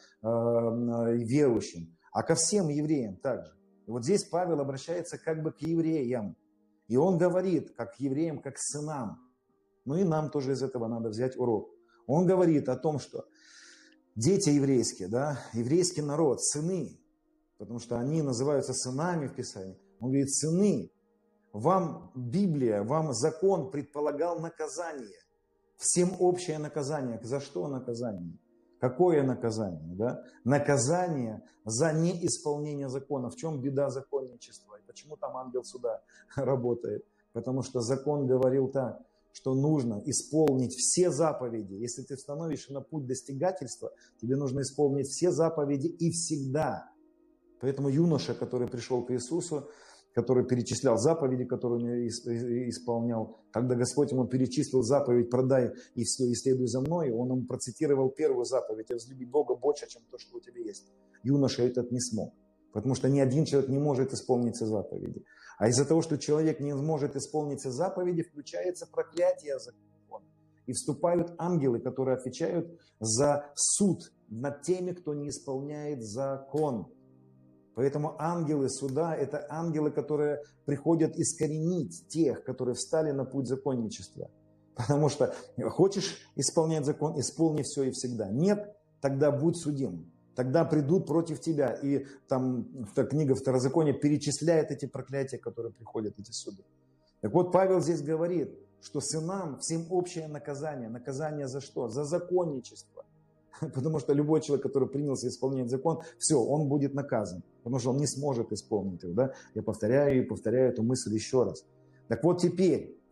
верующим, а ко всем евреям также. И вот здесь Павел обращается как бы к евреям. И он говорит, как к евреям, как к сынам. Ну и нам тоже из этого надо взять урок. Он говорит о том, что дети еврейские, да, еврейский народ, сыны, потому что они называются сынами в Писании. Он говорит, сыны, вам Библия, вам закон предполагал наказание. Всем общее наказание. За что наказание? Какое наказание? Да? Наказание за неисполнение закона. В чем беда законничества? И почему там ангел суда работает? Потому что закон говорил так, что нужно исполнить все заповеди. Если ты становишься на путь достигательства, тебе нужно исполнить все заповеди и всегда. Поэтому юноша, который пришел к Иисусу, который перечислял заповеди, которые он исполнял, когда Господь ему перечислил заповедь «продай и все, и следуй за мной», он ему процитировал первую заповедь «возлюби Бога больше, чем то, что у тебя есть». Юноша этот не смог, потому что ни один человек не может исполнить все заповеди. А из-за того, что человек не может исполнить все заповеди, включается проклятие закона. И вступают ангелы, которые отвечают за суд над теми, кто не исполняет закон. Поэтому ангелы суда – это ангелы, которые приходят искоренить тех, которые встали на путь законничества. Потому что хочешь исполнять закон – исполни все и всегда. Нет – тогда будь судим. Тогда придут против тебя. И там книга Второзакония перечисляет эти проклятия, которые приходят, эти суды. Так вот, Павел здесь говорит, что сынам всем общее наказание. Наказание за что? За законничество. Потому что любой человек, который принялся исполнять закон, все, он будет наказан. Потому что он не сможет исполнить его. Да? Я повторяю и повторяю эту мысль еще раз. Так вот теперь,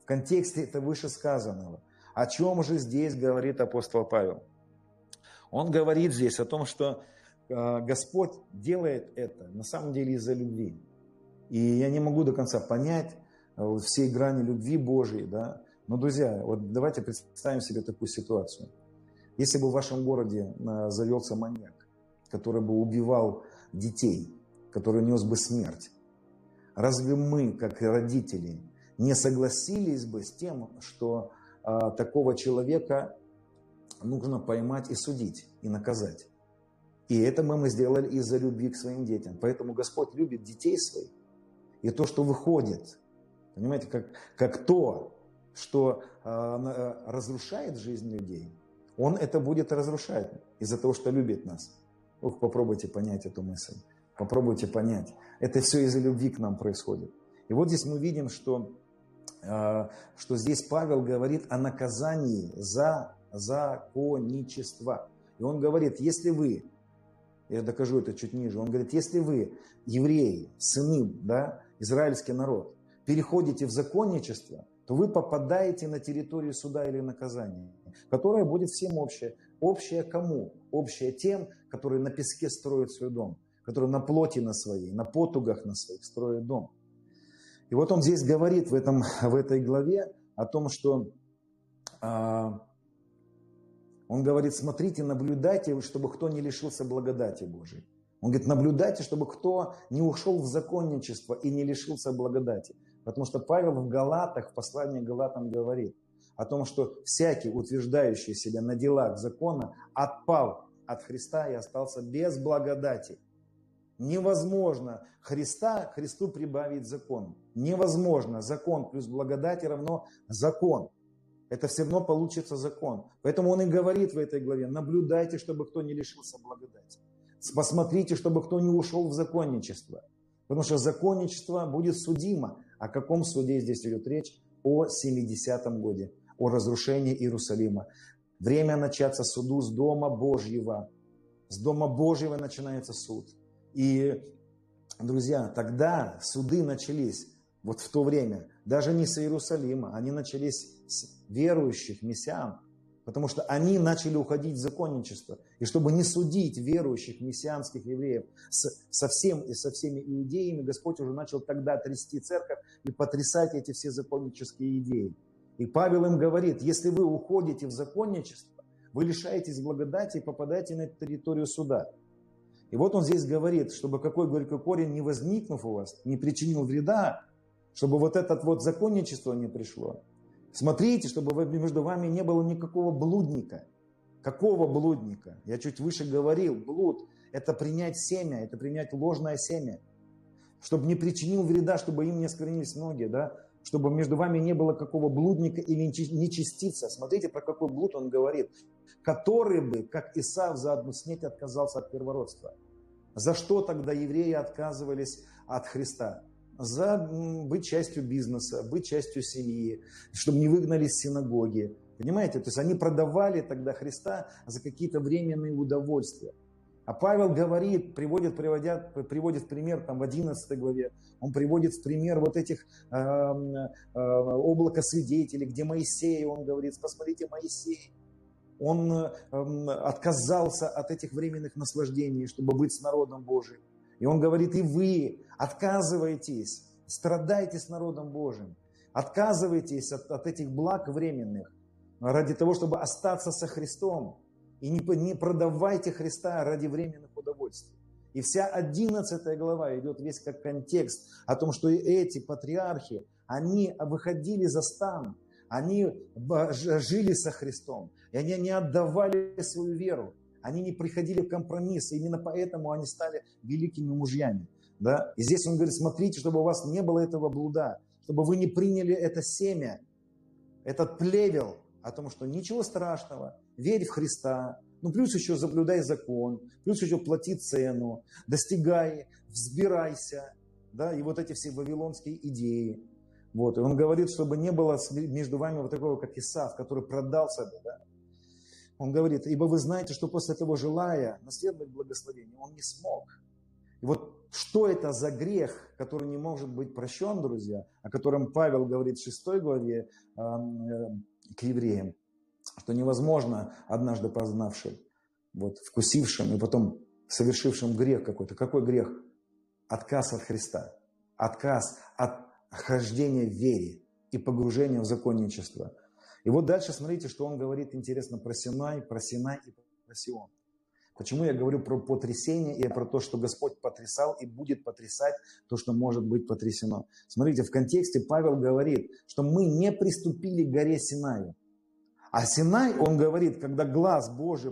в контексте это вышесказанного. О чем же здесь говорит апостол Павел? Он говорит здесь о том, что Господь делает это на самом деле из-за любви. И я не могу до конца понять всей грани любви Божьей, да. Но, друзья, вот давайте представим себе такую ситуацию. Если бы в вашем городе завелся маньяк, который бы убивал детей, который нес бы смерть, разве мы, как родители, не согласились бы с тем, что а, такого человека нужно поймать и судить, и наказать? И это мы, мы сделали из-за любви к своим детям. Поэтому Господь любит детей своих. И то, что выходит, понимаете, как, как то, что э, разрушает жизнь людей, Он это будет разрушать из-за того, что любит нас. Ох, попробуйте понять эту мысль. Попробуйте понять. Это все из-за любви к нам происходит. И вот здесь мы видим, что, э, что здесь Павел говорит о наказании за законничество. И он говорит, если вы, я докажу это чуть ниже, он говорит, если вы, евреи, сыны, да, израильский народ, переходите в законничество, то вы попадаете на территорию суда или наказания, которое будет всем общее. Общее кому? Общее тем, которые на песке строят свой дом, которые на плоти на своей, на потугах на своих строят дом. И вот он здесь говорит в, этом, в этой главе о том, что а, он говорит, смотрите, наблюдайте, чтобы кто не лишился благодати Божией. Он говорит, наблюдайте, чтобы кто не ушел в законничество и не лишился благодати. Потому что Павел в Галатах, в послании к Галатам говорит о том, что всякий, утверждающий себя на делах закона, отпал от Христа и остался без благодати. Невозможно Христа, Христу прибавить закон. Невозможно. Закон плюс благодать равно закон. Это все равно получится закон. Поэтому он и говорит в этой главе, наблюдайте, чтобы кто не лишился благодати. Посмотрите, чтобы кто не ушел в законничество. Потому что законничество будет судимо. О каком суде здесь идет речь? О семидесятом годе, о разрушении Иерусалима. Время начаться суду с Дома Божьего. С Дома Божьего начинается суд. И, друзья, тогда суды начались, вот в то время, даже не с Иерусалима, они начались с верующих мессиан, потому что они начали уходить в законничество. И чтобы не судить верующих мессианских евреев с, со, всем, и со всеми иудеями, Господь уже начал тогда трясти церковь и потрясать эти все законнические идеи. И Павел им говорит, если вы уходите в законничество, вы лишаетесь благодати и попадаете на территорию суда. И вот он здесь говорит, чтобы какой горький корень, не возникнув у вас, не причинил вреда, чтобы вот это вот законничество не пришло. Смотрите, чтобы между вами не было никакого блудника. Какого блудника? Я чуть выше говорил, блуд – это принять семя, это принять ложное семя. Чтобы не причинил вреда, чтобы им не осквернились ноги, да? Чтобы между вами не было какого блудника или нечестица. Смотрите, про какой блуд он говорит. Который бы, как Исав, за одну снеть отказался от первородства. За что тогда евреи отказывались от Христа? За быть частью бизнеса, быть частью семьи, чтобы не выгнали из синагоги. Понимаете? То есть они продавали тогда Христа за какие-то временные удовольствия. А Павел говорит, приводит, приводят, приводит в пример там, в одиннадцатой главе, он приводит в пример вот этих э, э, облака свидетелей, где Моисей, он говорит, посмотрите, Моисей, он э, отказался от этих временных наслаждений, чтобы быть с народом Божиим. И он говорит, и вы отказываетесь, страдайте с народом Божиим, отказывайтесь от, от этих благ временных ради того, чтобы остаться со Христом. И не, не продавайте Христа ради временных удовольствий. И вся одиннадцатая глава идет весь как контекст о том, что эти патриархи, они выходили за стан, они жили со Христом, и они не отдавали свою веру. Они не приходили в компромисс, и именно поэтому они стали великими мужьями. Да? И здесь он говорит, смотрите, чтобы у вас не было этого блуда, чтобы вы не приняли это семя, этот плевел о том, что ничего страшного, верь в Христа, ну плюс еще соблюдай закон, плюс еще плати цену, достигай, взбирайся, да, и вот эти все вавилонские идеи. Вот. И он говорит, чтобы не было между вами вот такого, как Исав, который продался, да. Он говорит, ибо вы знаете, что после того, желая наследовать благословение, он не смог. И вот что это за грех, который не может быть прощен, друзья, о котором Павел говорит в шестой главе э, э, к евреям, что невозможно однажды познавшим, вот, вкусившим и потом совершившим грех какой-то. Какой грех? Отказ от Христа, отказ от хождения в вере и погружения в законничество. И вот дальше смотрите, что он говорит интересно про Синай, про Синай и про Сион. Почему я говорю про потрясение и про то, что Господь потрясал и будет потрясать то, что может быть потрясено. Смотрите, в контексте Павел говорит, что мы не приступили к горе Синаю. А Синай, он говорит, когда глаз Божий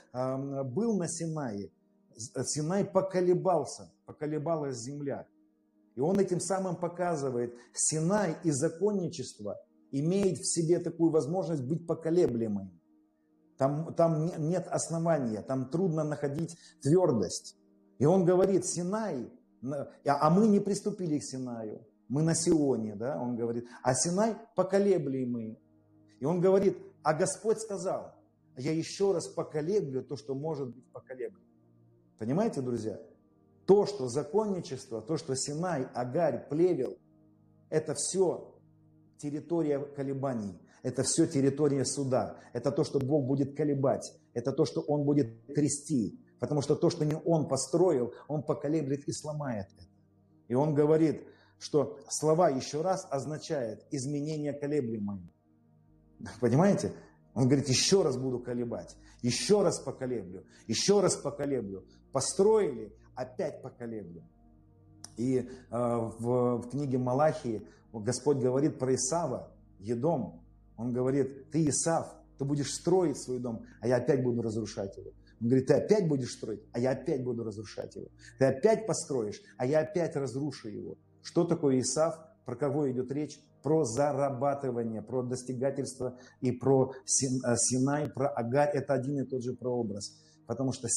был на Синае, Синай поколебался, поколебалась земля. И он этим самым показывает, Синай и законничество имеет в себе такую возможность быть поколеблемым. Там, там нет основания, там трудно находить твердость. И он говорит, Синай, а мы не приступили к Синаю, мы на Сионе, да, он говорит, а Синай поколеблемый. И он говорит, а Господь сказал, я еще раз поколеблю то, что может быть поколеблено. Понимаете, друзья? То, что законничество, то, что Синай, Агарь, Плевел, это все территория колебаний. Это все территория суда. Это то, что Бог будет колебать. Это то, что Он будет трясти. Потому что то, что не Он построил, Он поколеблет и сломает это. И Он говорит, что слова еще раз означает изменение колеблемое. Понимаете? Он говорит, еще раз буду колебать. Еще раз поколеблю. Еще раз поколеблю. Построили, опять поколеблю. И э, в, в книге Малахии Господь говорит про Исава, Едом. Он говорит, ты, Исав, ты будешь строить свой дом, а я опять буду разрушать его. Он говорит, ты опять будешь строить, а я опять буду разрушать его. Ты опять построишь, а я опять разрушу его. Что такое Исав? Про кого идет речь? Про зарабатывание, про достигательство и про Синай, про Агарь. Это один и тот же прообраз. Потому что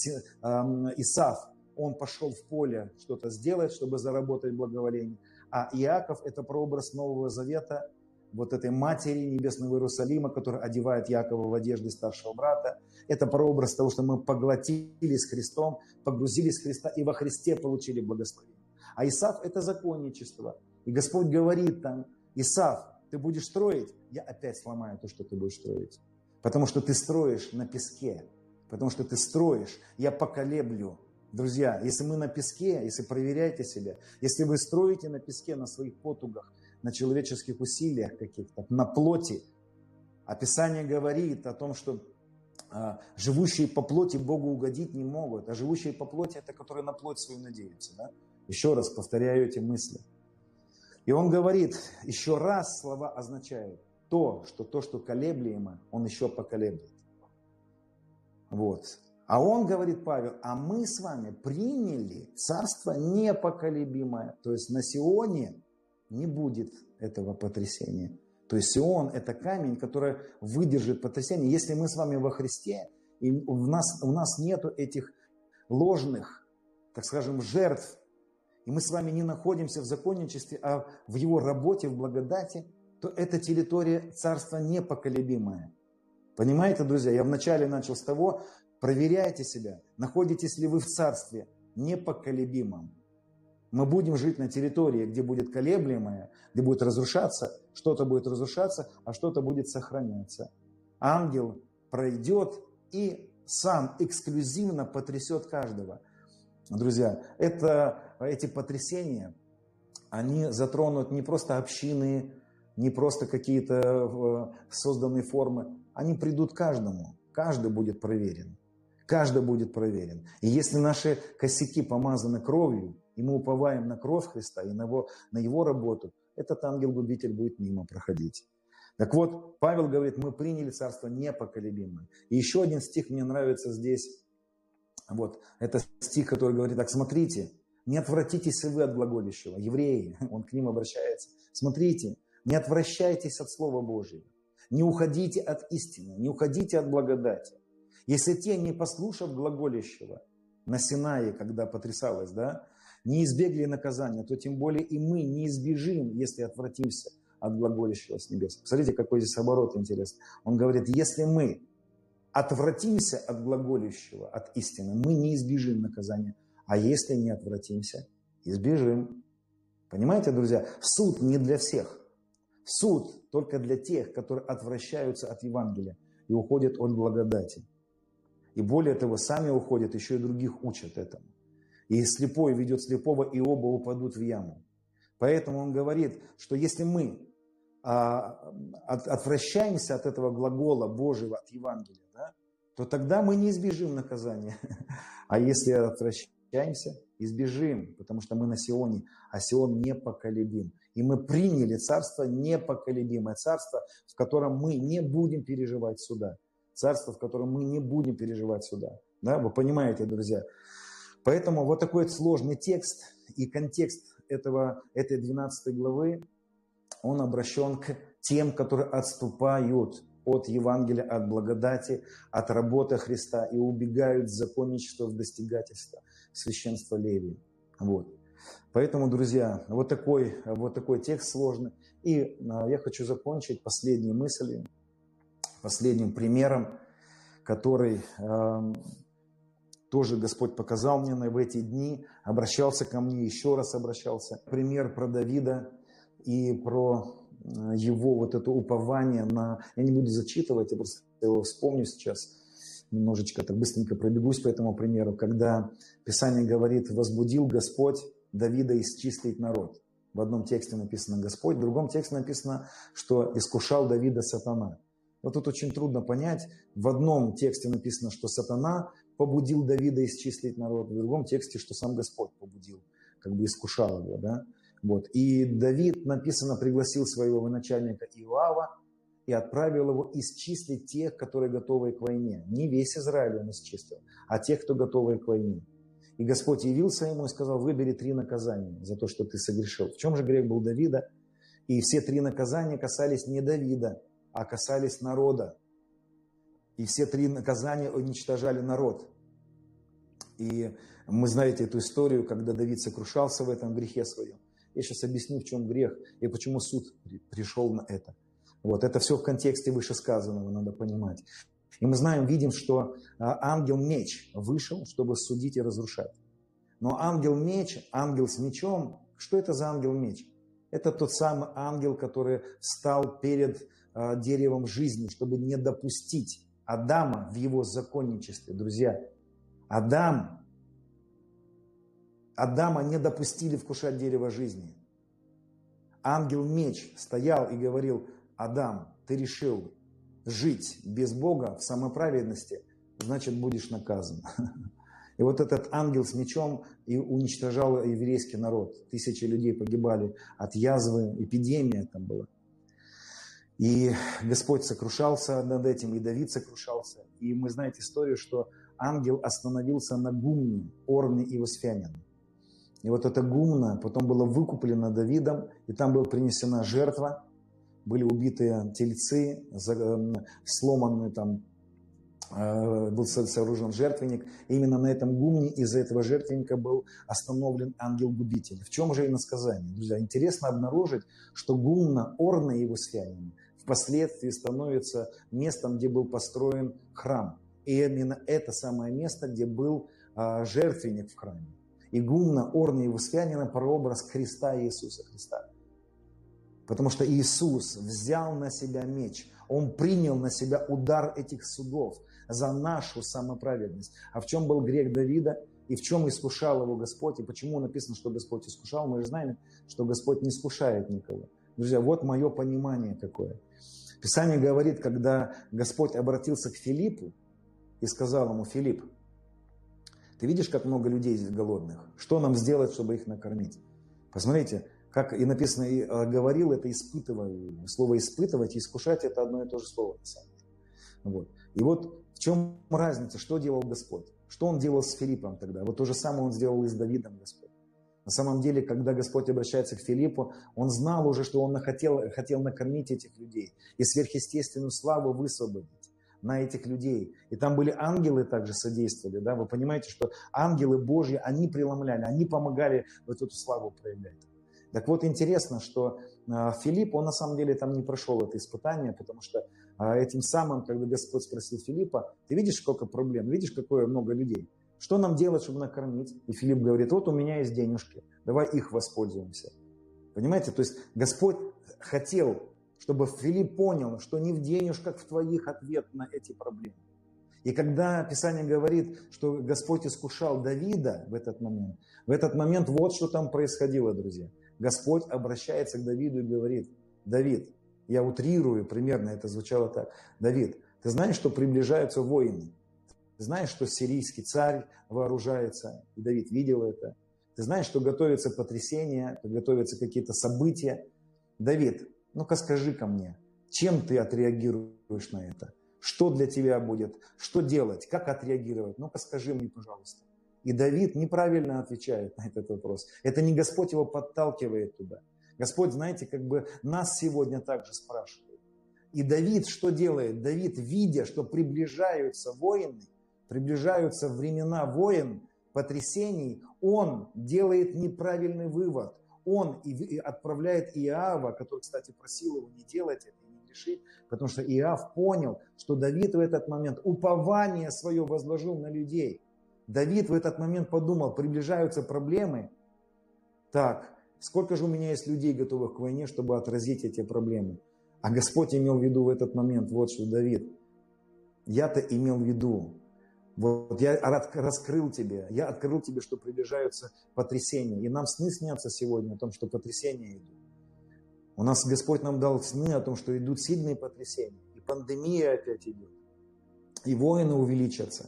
Исав, он пошел в поле что-то сделать, чтобы заработать благоволение. А Иаков – это прообраз Нового Завета, вот этой матери Небесного Иерусалима, которая одевает Якова в одежды старшего брата. Это прообраз того, что мы поглотились Христом, погрузились в Христа и во Христе получили благословение. А Исав – это законничество. И Господь говорит там, Исав, ты будешь строить, я опять сломаю то, что ты будешь строить. Потому что ты строишь на песке. Потому что ты строишь, я поколеблю. Друзья, если мы на песке, если проверяете себя, если вы строите на песке, на своих потугах, на человеческих усилиях каких-то, на плоти, а Писание говорит о том, что а, живущие по плоти Богу угодить не могут, а живущие по плоти – это которые на плоть свою надеются. Да? Еще раз повторяю эти мысли. И он говорит, еще раз слова означают то, что то, что колеблемо, он еще поколеблет. Вот. А он говорит, Павел, а мы с вами приняли царство непоколебимое. То есть на Сионе не будет этого потрясения. То есть Сион – это камень, который выдержит потрясение. Если мы с вами во Христе, и у нас, у нас нету этих ложных, так скажем, жертв, и мы с вами не находимся в законничестве, а в его работе, в благодати, то эта территория царства непоколебимая. Понимаете, друзья, я вначале начал с того, проверяйте себя, находитесь ли вы в царстве непоколебимом. Мы будем жить на территории, где будет колеблемое, где будет разрушаться, что-то будет разрушаться, а что-то будет сохраняться. Ангел пройдет и сам эксклюзивно потрясет каждого. Друзья, это, эти потрясения, они затронут не просто общины, не просто какие-то созданные формы, они придут каждому, каждый будет проверен, каждый будет проверен. И если наши косяки помазаны кровью, и мы уповаем на кровь Христа и на его, на его работу, этот ангел-губитель будет мимо проходить. Так вот, Павел говорит, мы приняли царство непоколебимое. И еще один стих мне нравится здесь. Вот, это стих, который говорит так, смотрите, не отвратитесь и вы от глаголящего. Евреи, он к ним обращается. Смотрите, не отвращайтесь от Слова Божьего. Не уходите от истины, не уходите от благодати. Если те, не послушав глаголящего на Синае, когда потрясалось, да, не избегли наказания, то тем более и мы не избежим, если отвратимся от глаголящего с небес. Посмотрите, какой здесь оборот интересный. Он говорит, если мы отвратимся от глаголящего, от истины, мы не избежим наказания. А если не отвратимся, избежим. Понимаете, друзья? Суд не для всех. Суд только для тех, которые отвращаются от Евангелия и уходят от благодати. И более того, сами уходят, еще и других учат этому. И слепой ведет слепого, и оба упадут в яму. Поэтому он говорит, что если мы а, от, отвращаемся от этого глагола Божьего, от Евангелия, да, то тогда мы не избежим наказания. А если отвращаемся, избежим, потому что мы на Сионе, а Сион непоколебим. И мы приняли царство непоколебимое, царство, в котором мы не будем переживать суда. Царство, в котором мы не будем переживать суда. Да, вы понимаете, друзья? Поэтому вот такой сложный текст и контекст этого, этой двенадцатой главы, он обращен к тем, которые отступают от Евангелия, от благодати, от работы Христа и убегают с законничества в достигательство священства Левии. Вот. Поэтому, друзья, вот такой, вот такой текст сложный. И я хочу закончить последней мыслью, последним примером, который э, тоже Господь показал мне в эти дни, обращался ко мне, еще раз обращался. Пример про Давида и про его вот это упование на... Я не буду зачитывать, я просто его вспомню сейчас, немножечко так быстренько пробегусь по этому примеру, когда Писание говорит: «Возбудил Господь Давида исчислить народ». В одном тексте написано «Господь», в другом тексте написано, что искушал Давида сатана. Вот тут очень трудно понять. В одном тексте написано, что сатана побудил Давида исчислить народ, в другом тексте, что сам Господь побудил, как бы искушал его. Да? Вот. И Давид, написано, пригласил своего военачальника Иоава и отправил его исчислить тех, которые готовы к войне. Не весь Израиль он исчислил, а тех, кто готовы к войне. И Господь явился ему и сказал: выбери три наказания за то, что ты согрешил. В чем же грех был Давида? И все три наказания касались не Давида, а касались народа. И все три наказания уничтожали народ. И мы знаете эту историю, когда Давид сокрушался в этом грехе своем. Я сейчас объясню, в чем грех и почему суд пришел на это. Вот, это все в контексте вышесказанного, надо понимать. И мы знаем, видим, что ангел-меч вышел, чтобы судить и разрушать. Но ангел-меч, ангел с мечом, что это за ангел-меч? Это тот самый ангел, который встал перед э, деревом жизни, чтобы не допустить Адама в его законничестве. Друзья, Адам, Адама не допустили вкушать дерево жизни. Ангел-меч стоял и говорил: Адам, ты решил жить без Бога в самоправедности, значит, будешь наказан. И вот этот ангел с мечом и уничтожал еврейский народ. Тысячи людей погибали от язвы, эпидемия там была. И Господь сокрушался над этим, и Давид сокрушался. И мы знаете историю, что ангел остановился на гумне Орны и Васфянина. И вот эта гумна потом была выкуплена Давидом, и там была принесена жертва. Были убиты тельцы, сломанные там, был сооружен жертвенник. И именно на этом гумне из-за этого жертвенника был остановлен ангел-губитель. В чем же иносказание? Друзья, интересно обнаружить, что гумна Орны и Васфянина впоследствии становится местом, где был построен храм. И именно это самое место, где был жертвенник в храме. И гумна Орны и Васфянина – прообраз креста Иисуса Христа. Потому что Иисус взял на себя меч. Он принял на себя удар этих судов за нашу самоправедность. А в чем был грех Давида? И в чем искушал его Господь? И почему написано, что Господь искушал? Мы же знаем, что Господь не искушает никого. Друзья, вот мое понимание какое. Писание говорит, когда Господь обратился к Филиппу и сказал ему: Филипп, ты видишь, как много людей здесь голодных? Что нам сделать, чтобы их накормить? Посмотрите, как и написано, и говорил это испытывая. Слово испытывать и искушать — это одно и то же слово. На самом деле. Вот. И вот в чем разница, что делал Господь? Что он делал с Филиппом тогда? Вот то же самое он сделал и с Давидом Господь. На самом деле, когда Господь обращается к Филиппу, он знал уже, что он хотел, хотел накормить этих людей и сверхъестественную славу высвободить на этих людей. И там были ангелы также содействовали. Да? Вы понимаете, что ангелы Божьи, они преломляли, они помогали вот эту славу проявлять. Так вот, интересно, что Филипп, он на самом деле там не прошел это испытание, потому что этим самым, когда Господь спросил Филиппа: ты видишь, сколько проблем, видишь, какое много людей? Что нам делать, чтобы накормить? И Филипп говорит, вот у меня есть денежки, давай их воспользуемся. Понимаете, то есть Господь хотел, чтобы Филипп понял, что не в денежках в твоих ответ на эти проблемы. И когда Писание говорит, что Господь искушал Давида в этот момент, в этот момент вот что там происходило, друзья. Господь обращается к Давиду и говорит, Давид, я утрирую, примерно это звучало так, Давид, ты знаешь, что приближаются воины? Ты знаешь, что сирийский царь вооружается? И Давид видел это. Ты знаешь, что готовится потрясение, готовятся какие-то события? Давид, ну-ка скажи-ка мне, чем ты отреагируешь на это? Что для тебя будет? Что делать? Как отреагировать? Ну-ка скажи мне, пожалуйста. И Давид неправильно отвечает на этот вопрос. Это не Господь его подталкивает туда. Господь, знаете, как бы нас сегодня также спрашивает. И Давид что делает? Давид, видя, что приближаются воины, приближаются времена войн, потрясений, он делает неправильный вывод. Он и отправляет Иоава, который, кстати, просил его не делать это, не грешить, потому что Иоав понял, что Давид в этот момент упование свое возложил на людей. Давид в этот момент подумал, приближаются проблемы. Так, сколько же у меня есть людей, готовых к войне, чтобы отразить эти проблемы? А Господь имел в виду в этот момент, вот что, Давид, я-то имел в виду, вот я раскрыл тебе, я открыл тебе, что приближаются потрясения. И нам сны снятся сегодня о том, что потрясения идут. У нас Господь нам дал сны о том, что идут сильные потрясения. И пандемия опять идет. И войны увеличатся.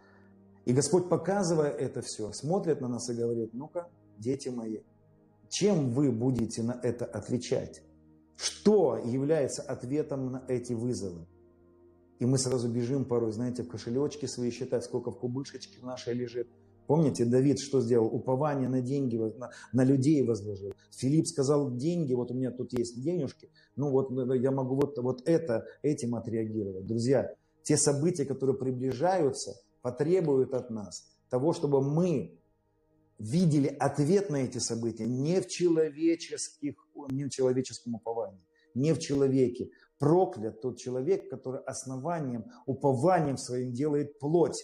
И Господь, показывая это все, смотрит на нас и говорит, ну-ка, дети мои, чем вы будете на это отвечать? Что является ответом на эти вызовы? И мы сразу бежим порой, знаете, в кошелечке свои считать, сколько в кубышечке нашей лежит. Помните, Давид что сделал? Упование на деньги, на, на людей возложил. Филипп сказал, деньги, вот у меня тут есть денежки, ну вот я могу вот, вот это, этим отреагировать. Друзья, те события, которые приближаются, потребуют от нас того, чтобы мы видели ответ на эти события не в, человеческих, не в человеческом уповании, не в человеке. Проклят тот человек, который основанием, упованием своим делает плоть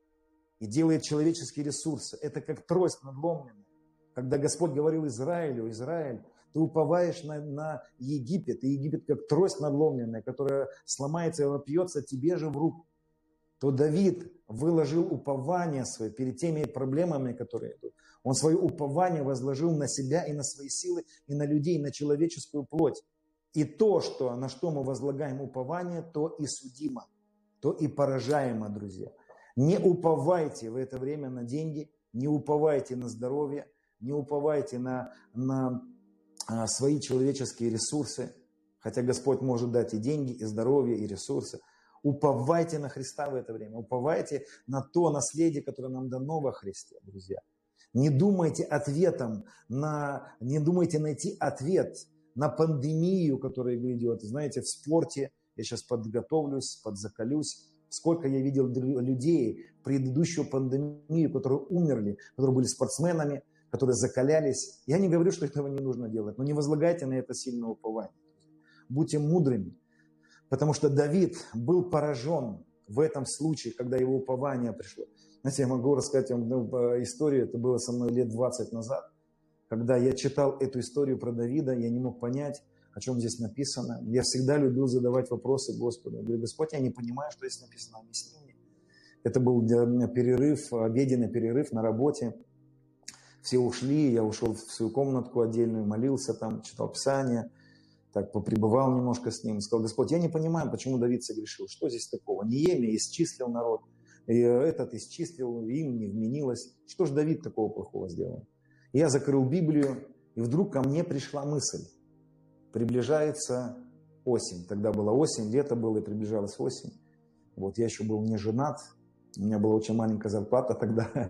и делает человеческие ресурсы. Это как трость надломленная. Когда Господь говорил Израилю, Израиль, ты уповаешь на, на Египет, и Египет как трость надломленная, которая сломается и вопьется тебе же в руку. То Давид выложил упование свое перед теми проблемами, которые идут. Он свое упование возложил на себя и на свои силы, и на людей, и на человеческую плоть. И то, что, на что мы возлагаем упование, то и судимо, то и поражаемо, друзья. Не уповайте в это время на деньги, не уповайте на здоровье, не уповайте на, на а, свои человеческие ресурсы, хотя Господь может дать и деньги, и здоровье, и ресурсы. Уповайте на Христа в это время, уповайте на то наследие, которое нам дано во Христе, друзья. Не думайте ответом на, не думайте найти ответ на пандемию, которая грядет. Знаете, в спорте, я сейчас подготовлюсь, подзакалюсь, сколько я видел людей в предыдущую пандемию, которые умерли, которые были спортсменами, которые закалялись. Я не говорю, что этого не нужно делать, но не возлагайте на это сильное упование. Будьте мудрыми, потому что Давид был поражен в этом случае, когда его упование пришло. Знаете, я могу рассказать вам историю, это было со мной лет двадцать назад. Когда я читал эту историю про Давида, я не мог понять, о чем здесь написано. Я всегда любил задавать вопросы Господу. Я говорю, Господь, я не понимаю, что здесь написано, объясни мне. Это был перерыв, обеденный перерыв на работе. Все ушли, я ушел в свою комнатку отдельную, молился там, читал Писание, так попребывал немножко с ним. Сказал, Господь, я не понимаю, почему Давид согрешил. Что здесь такого? Неемия исчислил народ, и этот исчислил, им не вменилось. Что же Давид такого плохого сделал? Я закрыл Библию, и вдруг ко мне пришла мысль. Приближается осень. Тогда была осень, лето было, и приближалась осень. Вот я еще был не женат, у меня была очень маленькая зарплата тогда.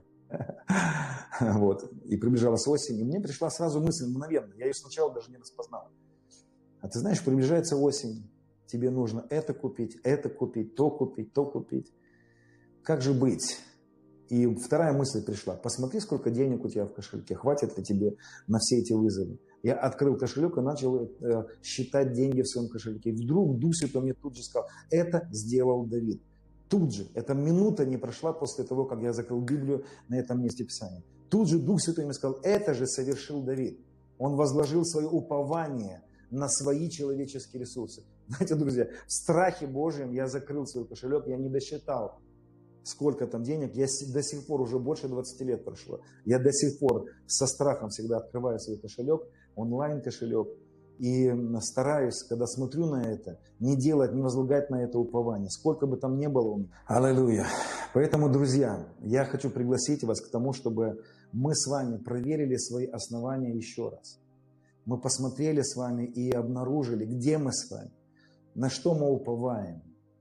Вот. И приближалась осень, и мне пришла сразу мысль мгновенно. Я ее сначала даже не распознал. А ты знаешь, приближается осень, тебе нужно это купить, это купить, то купить, то купить. Как же быть? И вторая мысль пришла. Посмотри, сколько денег у тебя в кошельке. Хватит ли тебе на все эти вызовы? Я открыл кошелек и начал э, считать деньги в своем кошельке. И вдруг Дух Святой мне тут же сказал, это сделал Давид. тут же, эта минута не прошла после того, как я закрыл Библию на этом месте Писания. Тут же Дух Святой мне сказал, это же совершил Давид. Он возложил свое упование на свои человеческие ресурсы. Знаете, друзья, в страхе Божьем я закрыл свой кошелек, я не досчитал, сколько там денег. Я до сих пор, уже больше двадцати лет прошло, я до сих пор со страхом всегда открываю свой кошелек, онлайн-кошелек, и стараюсь, когда смотрю на это, не делать, не возлагать на это упование, сколько бы там ни было у меня. Аллилуйя. Поэтому, друзья, я хочу пригласить вас к тому, чтобы мы с вами проверили свои основания еще раз. Мы посмотрели с вами и обнаружили, где мы с вами, на что мы уповаем,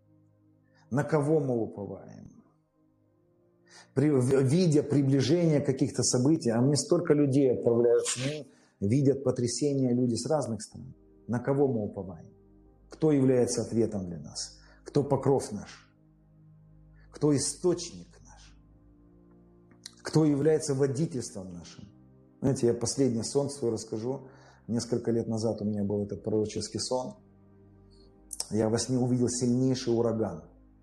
на кого мы уповаем. При, видя приближение каких-то событий, а мне столько людей отправляют СМИ, видят потрясения люди с разных стран. На кого мы уповаем? Кто является ответом для нас? Кто покров наш? Кто источник наш? Кто является водительством нашим? Знаете, я последний сон свой расскажу. Несколько лет назад у меня был этот пророческий сон. Я во сне увидел сильнейший ураган.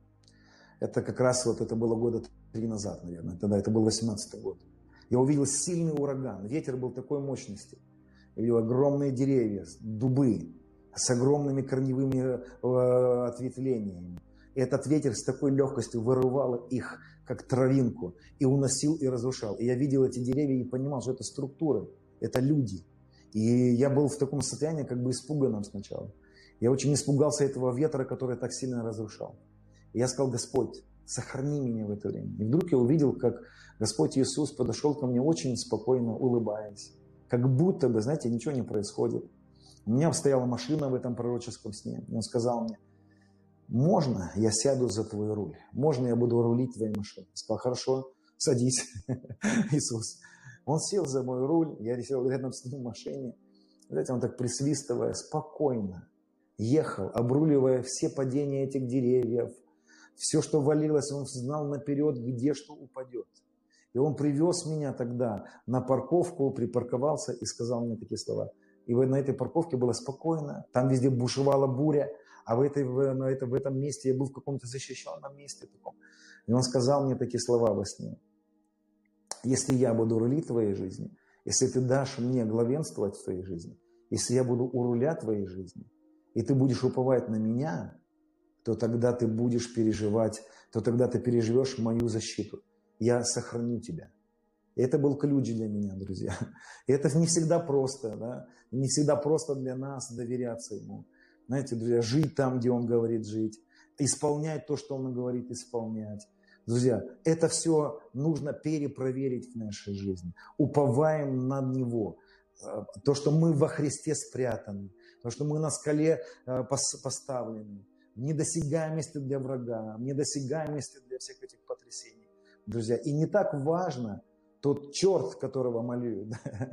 Это как раз вот это было года три назад, наверное. Тогда это был восемнадцатый год. Я увидел сильный ураган. Ветер был такой мощности. Я видел огромные деревья, дубы с огромными корневыми э, ответвлениями. И этот ветер с такой легкостью вырывал их, как травинку, и уносил и разрушал. И я видел эти деревья и понимал, что это структуры, это люди. И я был в таком состоянии, как бы испуганном сначала. Я очень испугался этого ветра, который так сильно разрушал. И я сказал: Господь, сохрани меня в это время. И вдруг я увидел, как Господь Иисус подошел ко мне очень спокойно, улыбаясь. Как будто бы, знаете, ничего не происходит. У меня стояла машина в этом пророческом сне. И Он сказал мне: можно я сяду за твой руль? Можно я буду рулить твоей машиной? Я сказал: хорошо, садись, Иисус. Он сел за мой руль, я сел рядом с ним в машине. Знаете, он так присвистывая, спокойно ехал, обруливая все падения этих деревьев. Все, что валилось, он знал наперед, где что упадет. И он привез меня тогда на парковку, припарковался и сказал мне такие слова. И на этой парковке было спокойно, там везде бушевала буря, а в, этой, в, на это, в этом месте я был в каком-то защищенном месте таком. И он сказал мне такие слова во сне. Если я буду рулить твоей жизни, если ты дашь мне главенствовать в твоей жизни, если я буду у руля твоей жизни, и ты будешь уповать на меня, то тогда ты будешь переживать, то тогда ты переживешь мою защиту. Я сохраню тебя. И это был ключ для меня, друзья. И это не всегда просто, да? Не всегда просто для нас доверяться Ему. Знаете, друзья, жить там, где Он говорит жить, исполнять то, что Он говорит исполнять. Друзья, это все нужно перепроверить в нашей жизни. Уповаем на Него. То, что мы во Христе спрятаны, то, что мы на скале поставлены, в недосягаемости для врага, в недосягаемости для всех этих потрясений. Друзья, и не так важно тот черт, которого молю.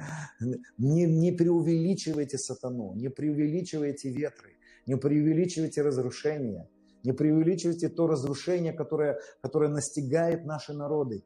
Не, не преувеличивайте сатану, не преувеличивайте ветры, не преувеличивайте разрушения, не преувеличивайте то разрушение, которое, которое настигает наши народы.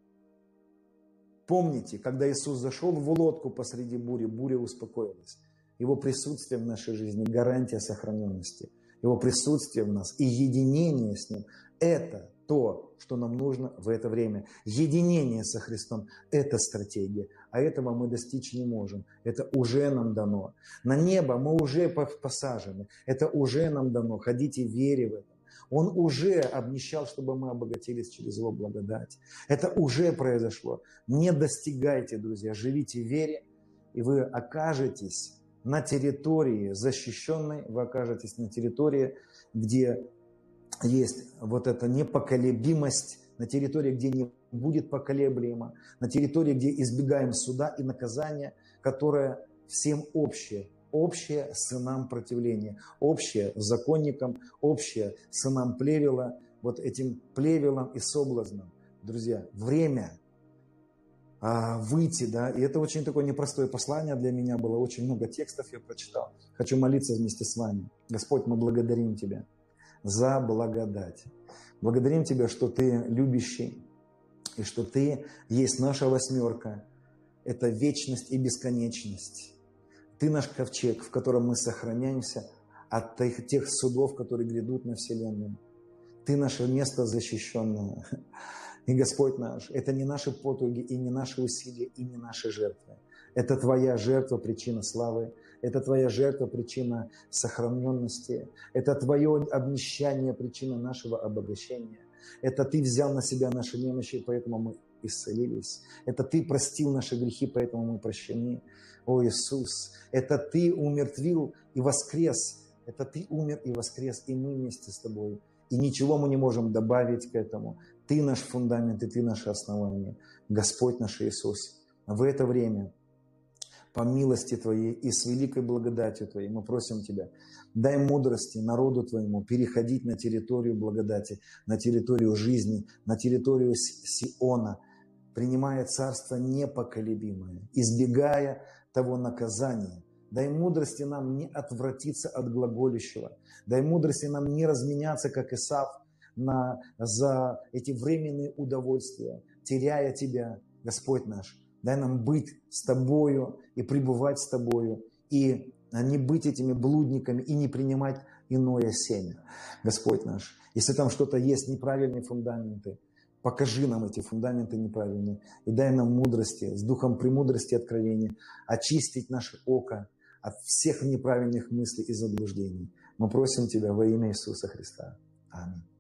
Помните, когда Иисус зашел в лодку посреди бури, буря успокоилась. Его присутствие в нашей жизни – гарантия сохраненности. Его присутствие в нас и единение с Ним – это то, что нам нужно в это время. Единение со Христом – это стратегия, а этого мы достичь не можем. Это уже нам дано. На небо мы уже посажены, это уже нам дано. Ходите в вере в это. Он уже обнищал, чтобы мы обогатились через Его благодать. Это уже произошло. Не достигайте, друзья, живите в вере, и вы окажетесь на территории защищенной, вы окажетесь на территории, где есть вот эта непоколебимость, на территории, где не будет поколеблемо, на территории, где избегаем суда и наказания, которое всем общее. Общее сынам противления, общее законникам, общее сынам Плевела, вот этим Плевелам и соблазнам. Друзья, время а, выйти, да, и это очень такое непростое послание для меня было, очень много текстов я прочитал. Хочу молиться вместе с вами. Господь, мы благодарим Тебя за благодать. Благодарим Тебя, что Ты любящий, и что Ты есть наша восьмерка. Это вечность и бесконечность. Ты наш ковчег, в котором мы сохраняемся от тех, тех судов, которые грядут на Вселенную. Ты наше место защищенное. И Господь наш, это не наши потуги, и не наши усилия, и не наши жертвы. Это Твоя жертва, причина славы. Это Твоя жертва, причина сохраненности. Это Твое обнищание, причина нашего обогащения. Это Ты взял на себя наши немощи, поэтому мы исцелились. Это Ты простил наши грехи, поэтому мы прощены. О, Иисус, это Ты умертвил и воскрес. Это Ты умер и воскрес, и мы вместе с Тобой. И ничего мы не можем добавить к этому. Ты наш фундамент, и Ты наше основание. Господь наш Иисус, в это время, по милости Твоей и с великой благодатью Твоей, мы просим Тебя, дай мудрости народу Твоему переходить на территорию благодати, на территорию жизни, на территорию Сиона, принимая царство непоколебимое, избегая того наказания. Дай мудрости нам не отвратиться от глаголющего. Дай мудрости нам не разменяться, как Исав, на, за эти временные удовольствия, теряя Тебя, Господь наш. Дай нам быть с Тобою и пребывать с Тобою, и не быть этими блудниками, и не принимать иное семя, Господь наш. Если там что-то есть, неправильные фундаменты, покажи нам эти фундаменты неправильные, и дай нам мудрости, с духом премудрости и откровения, очистить наше око от всех неправильных мыслей и заблуждений. Мы просим Тебя во имя Иисуса Христа. Аминь.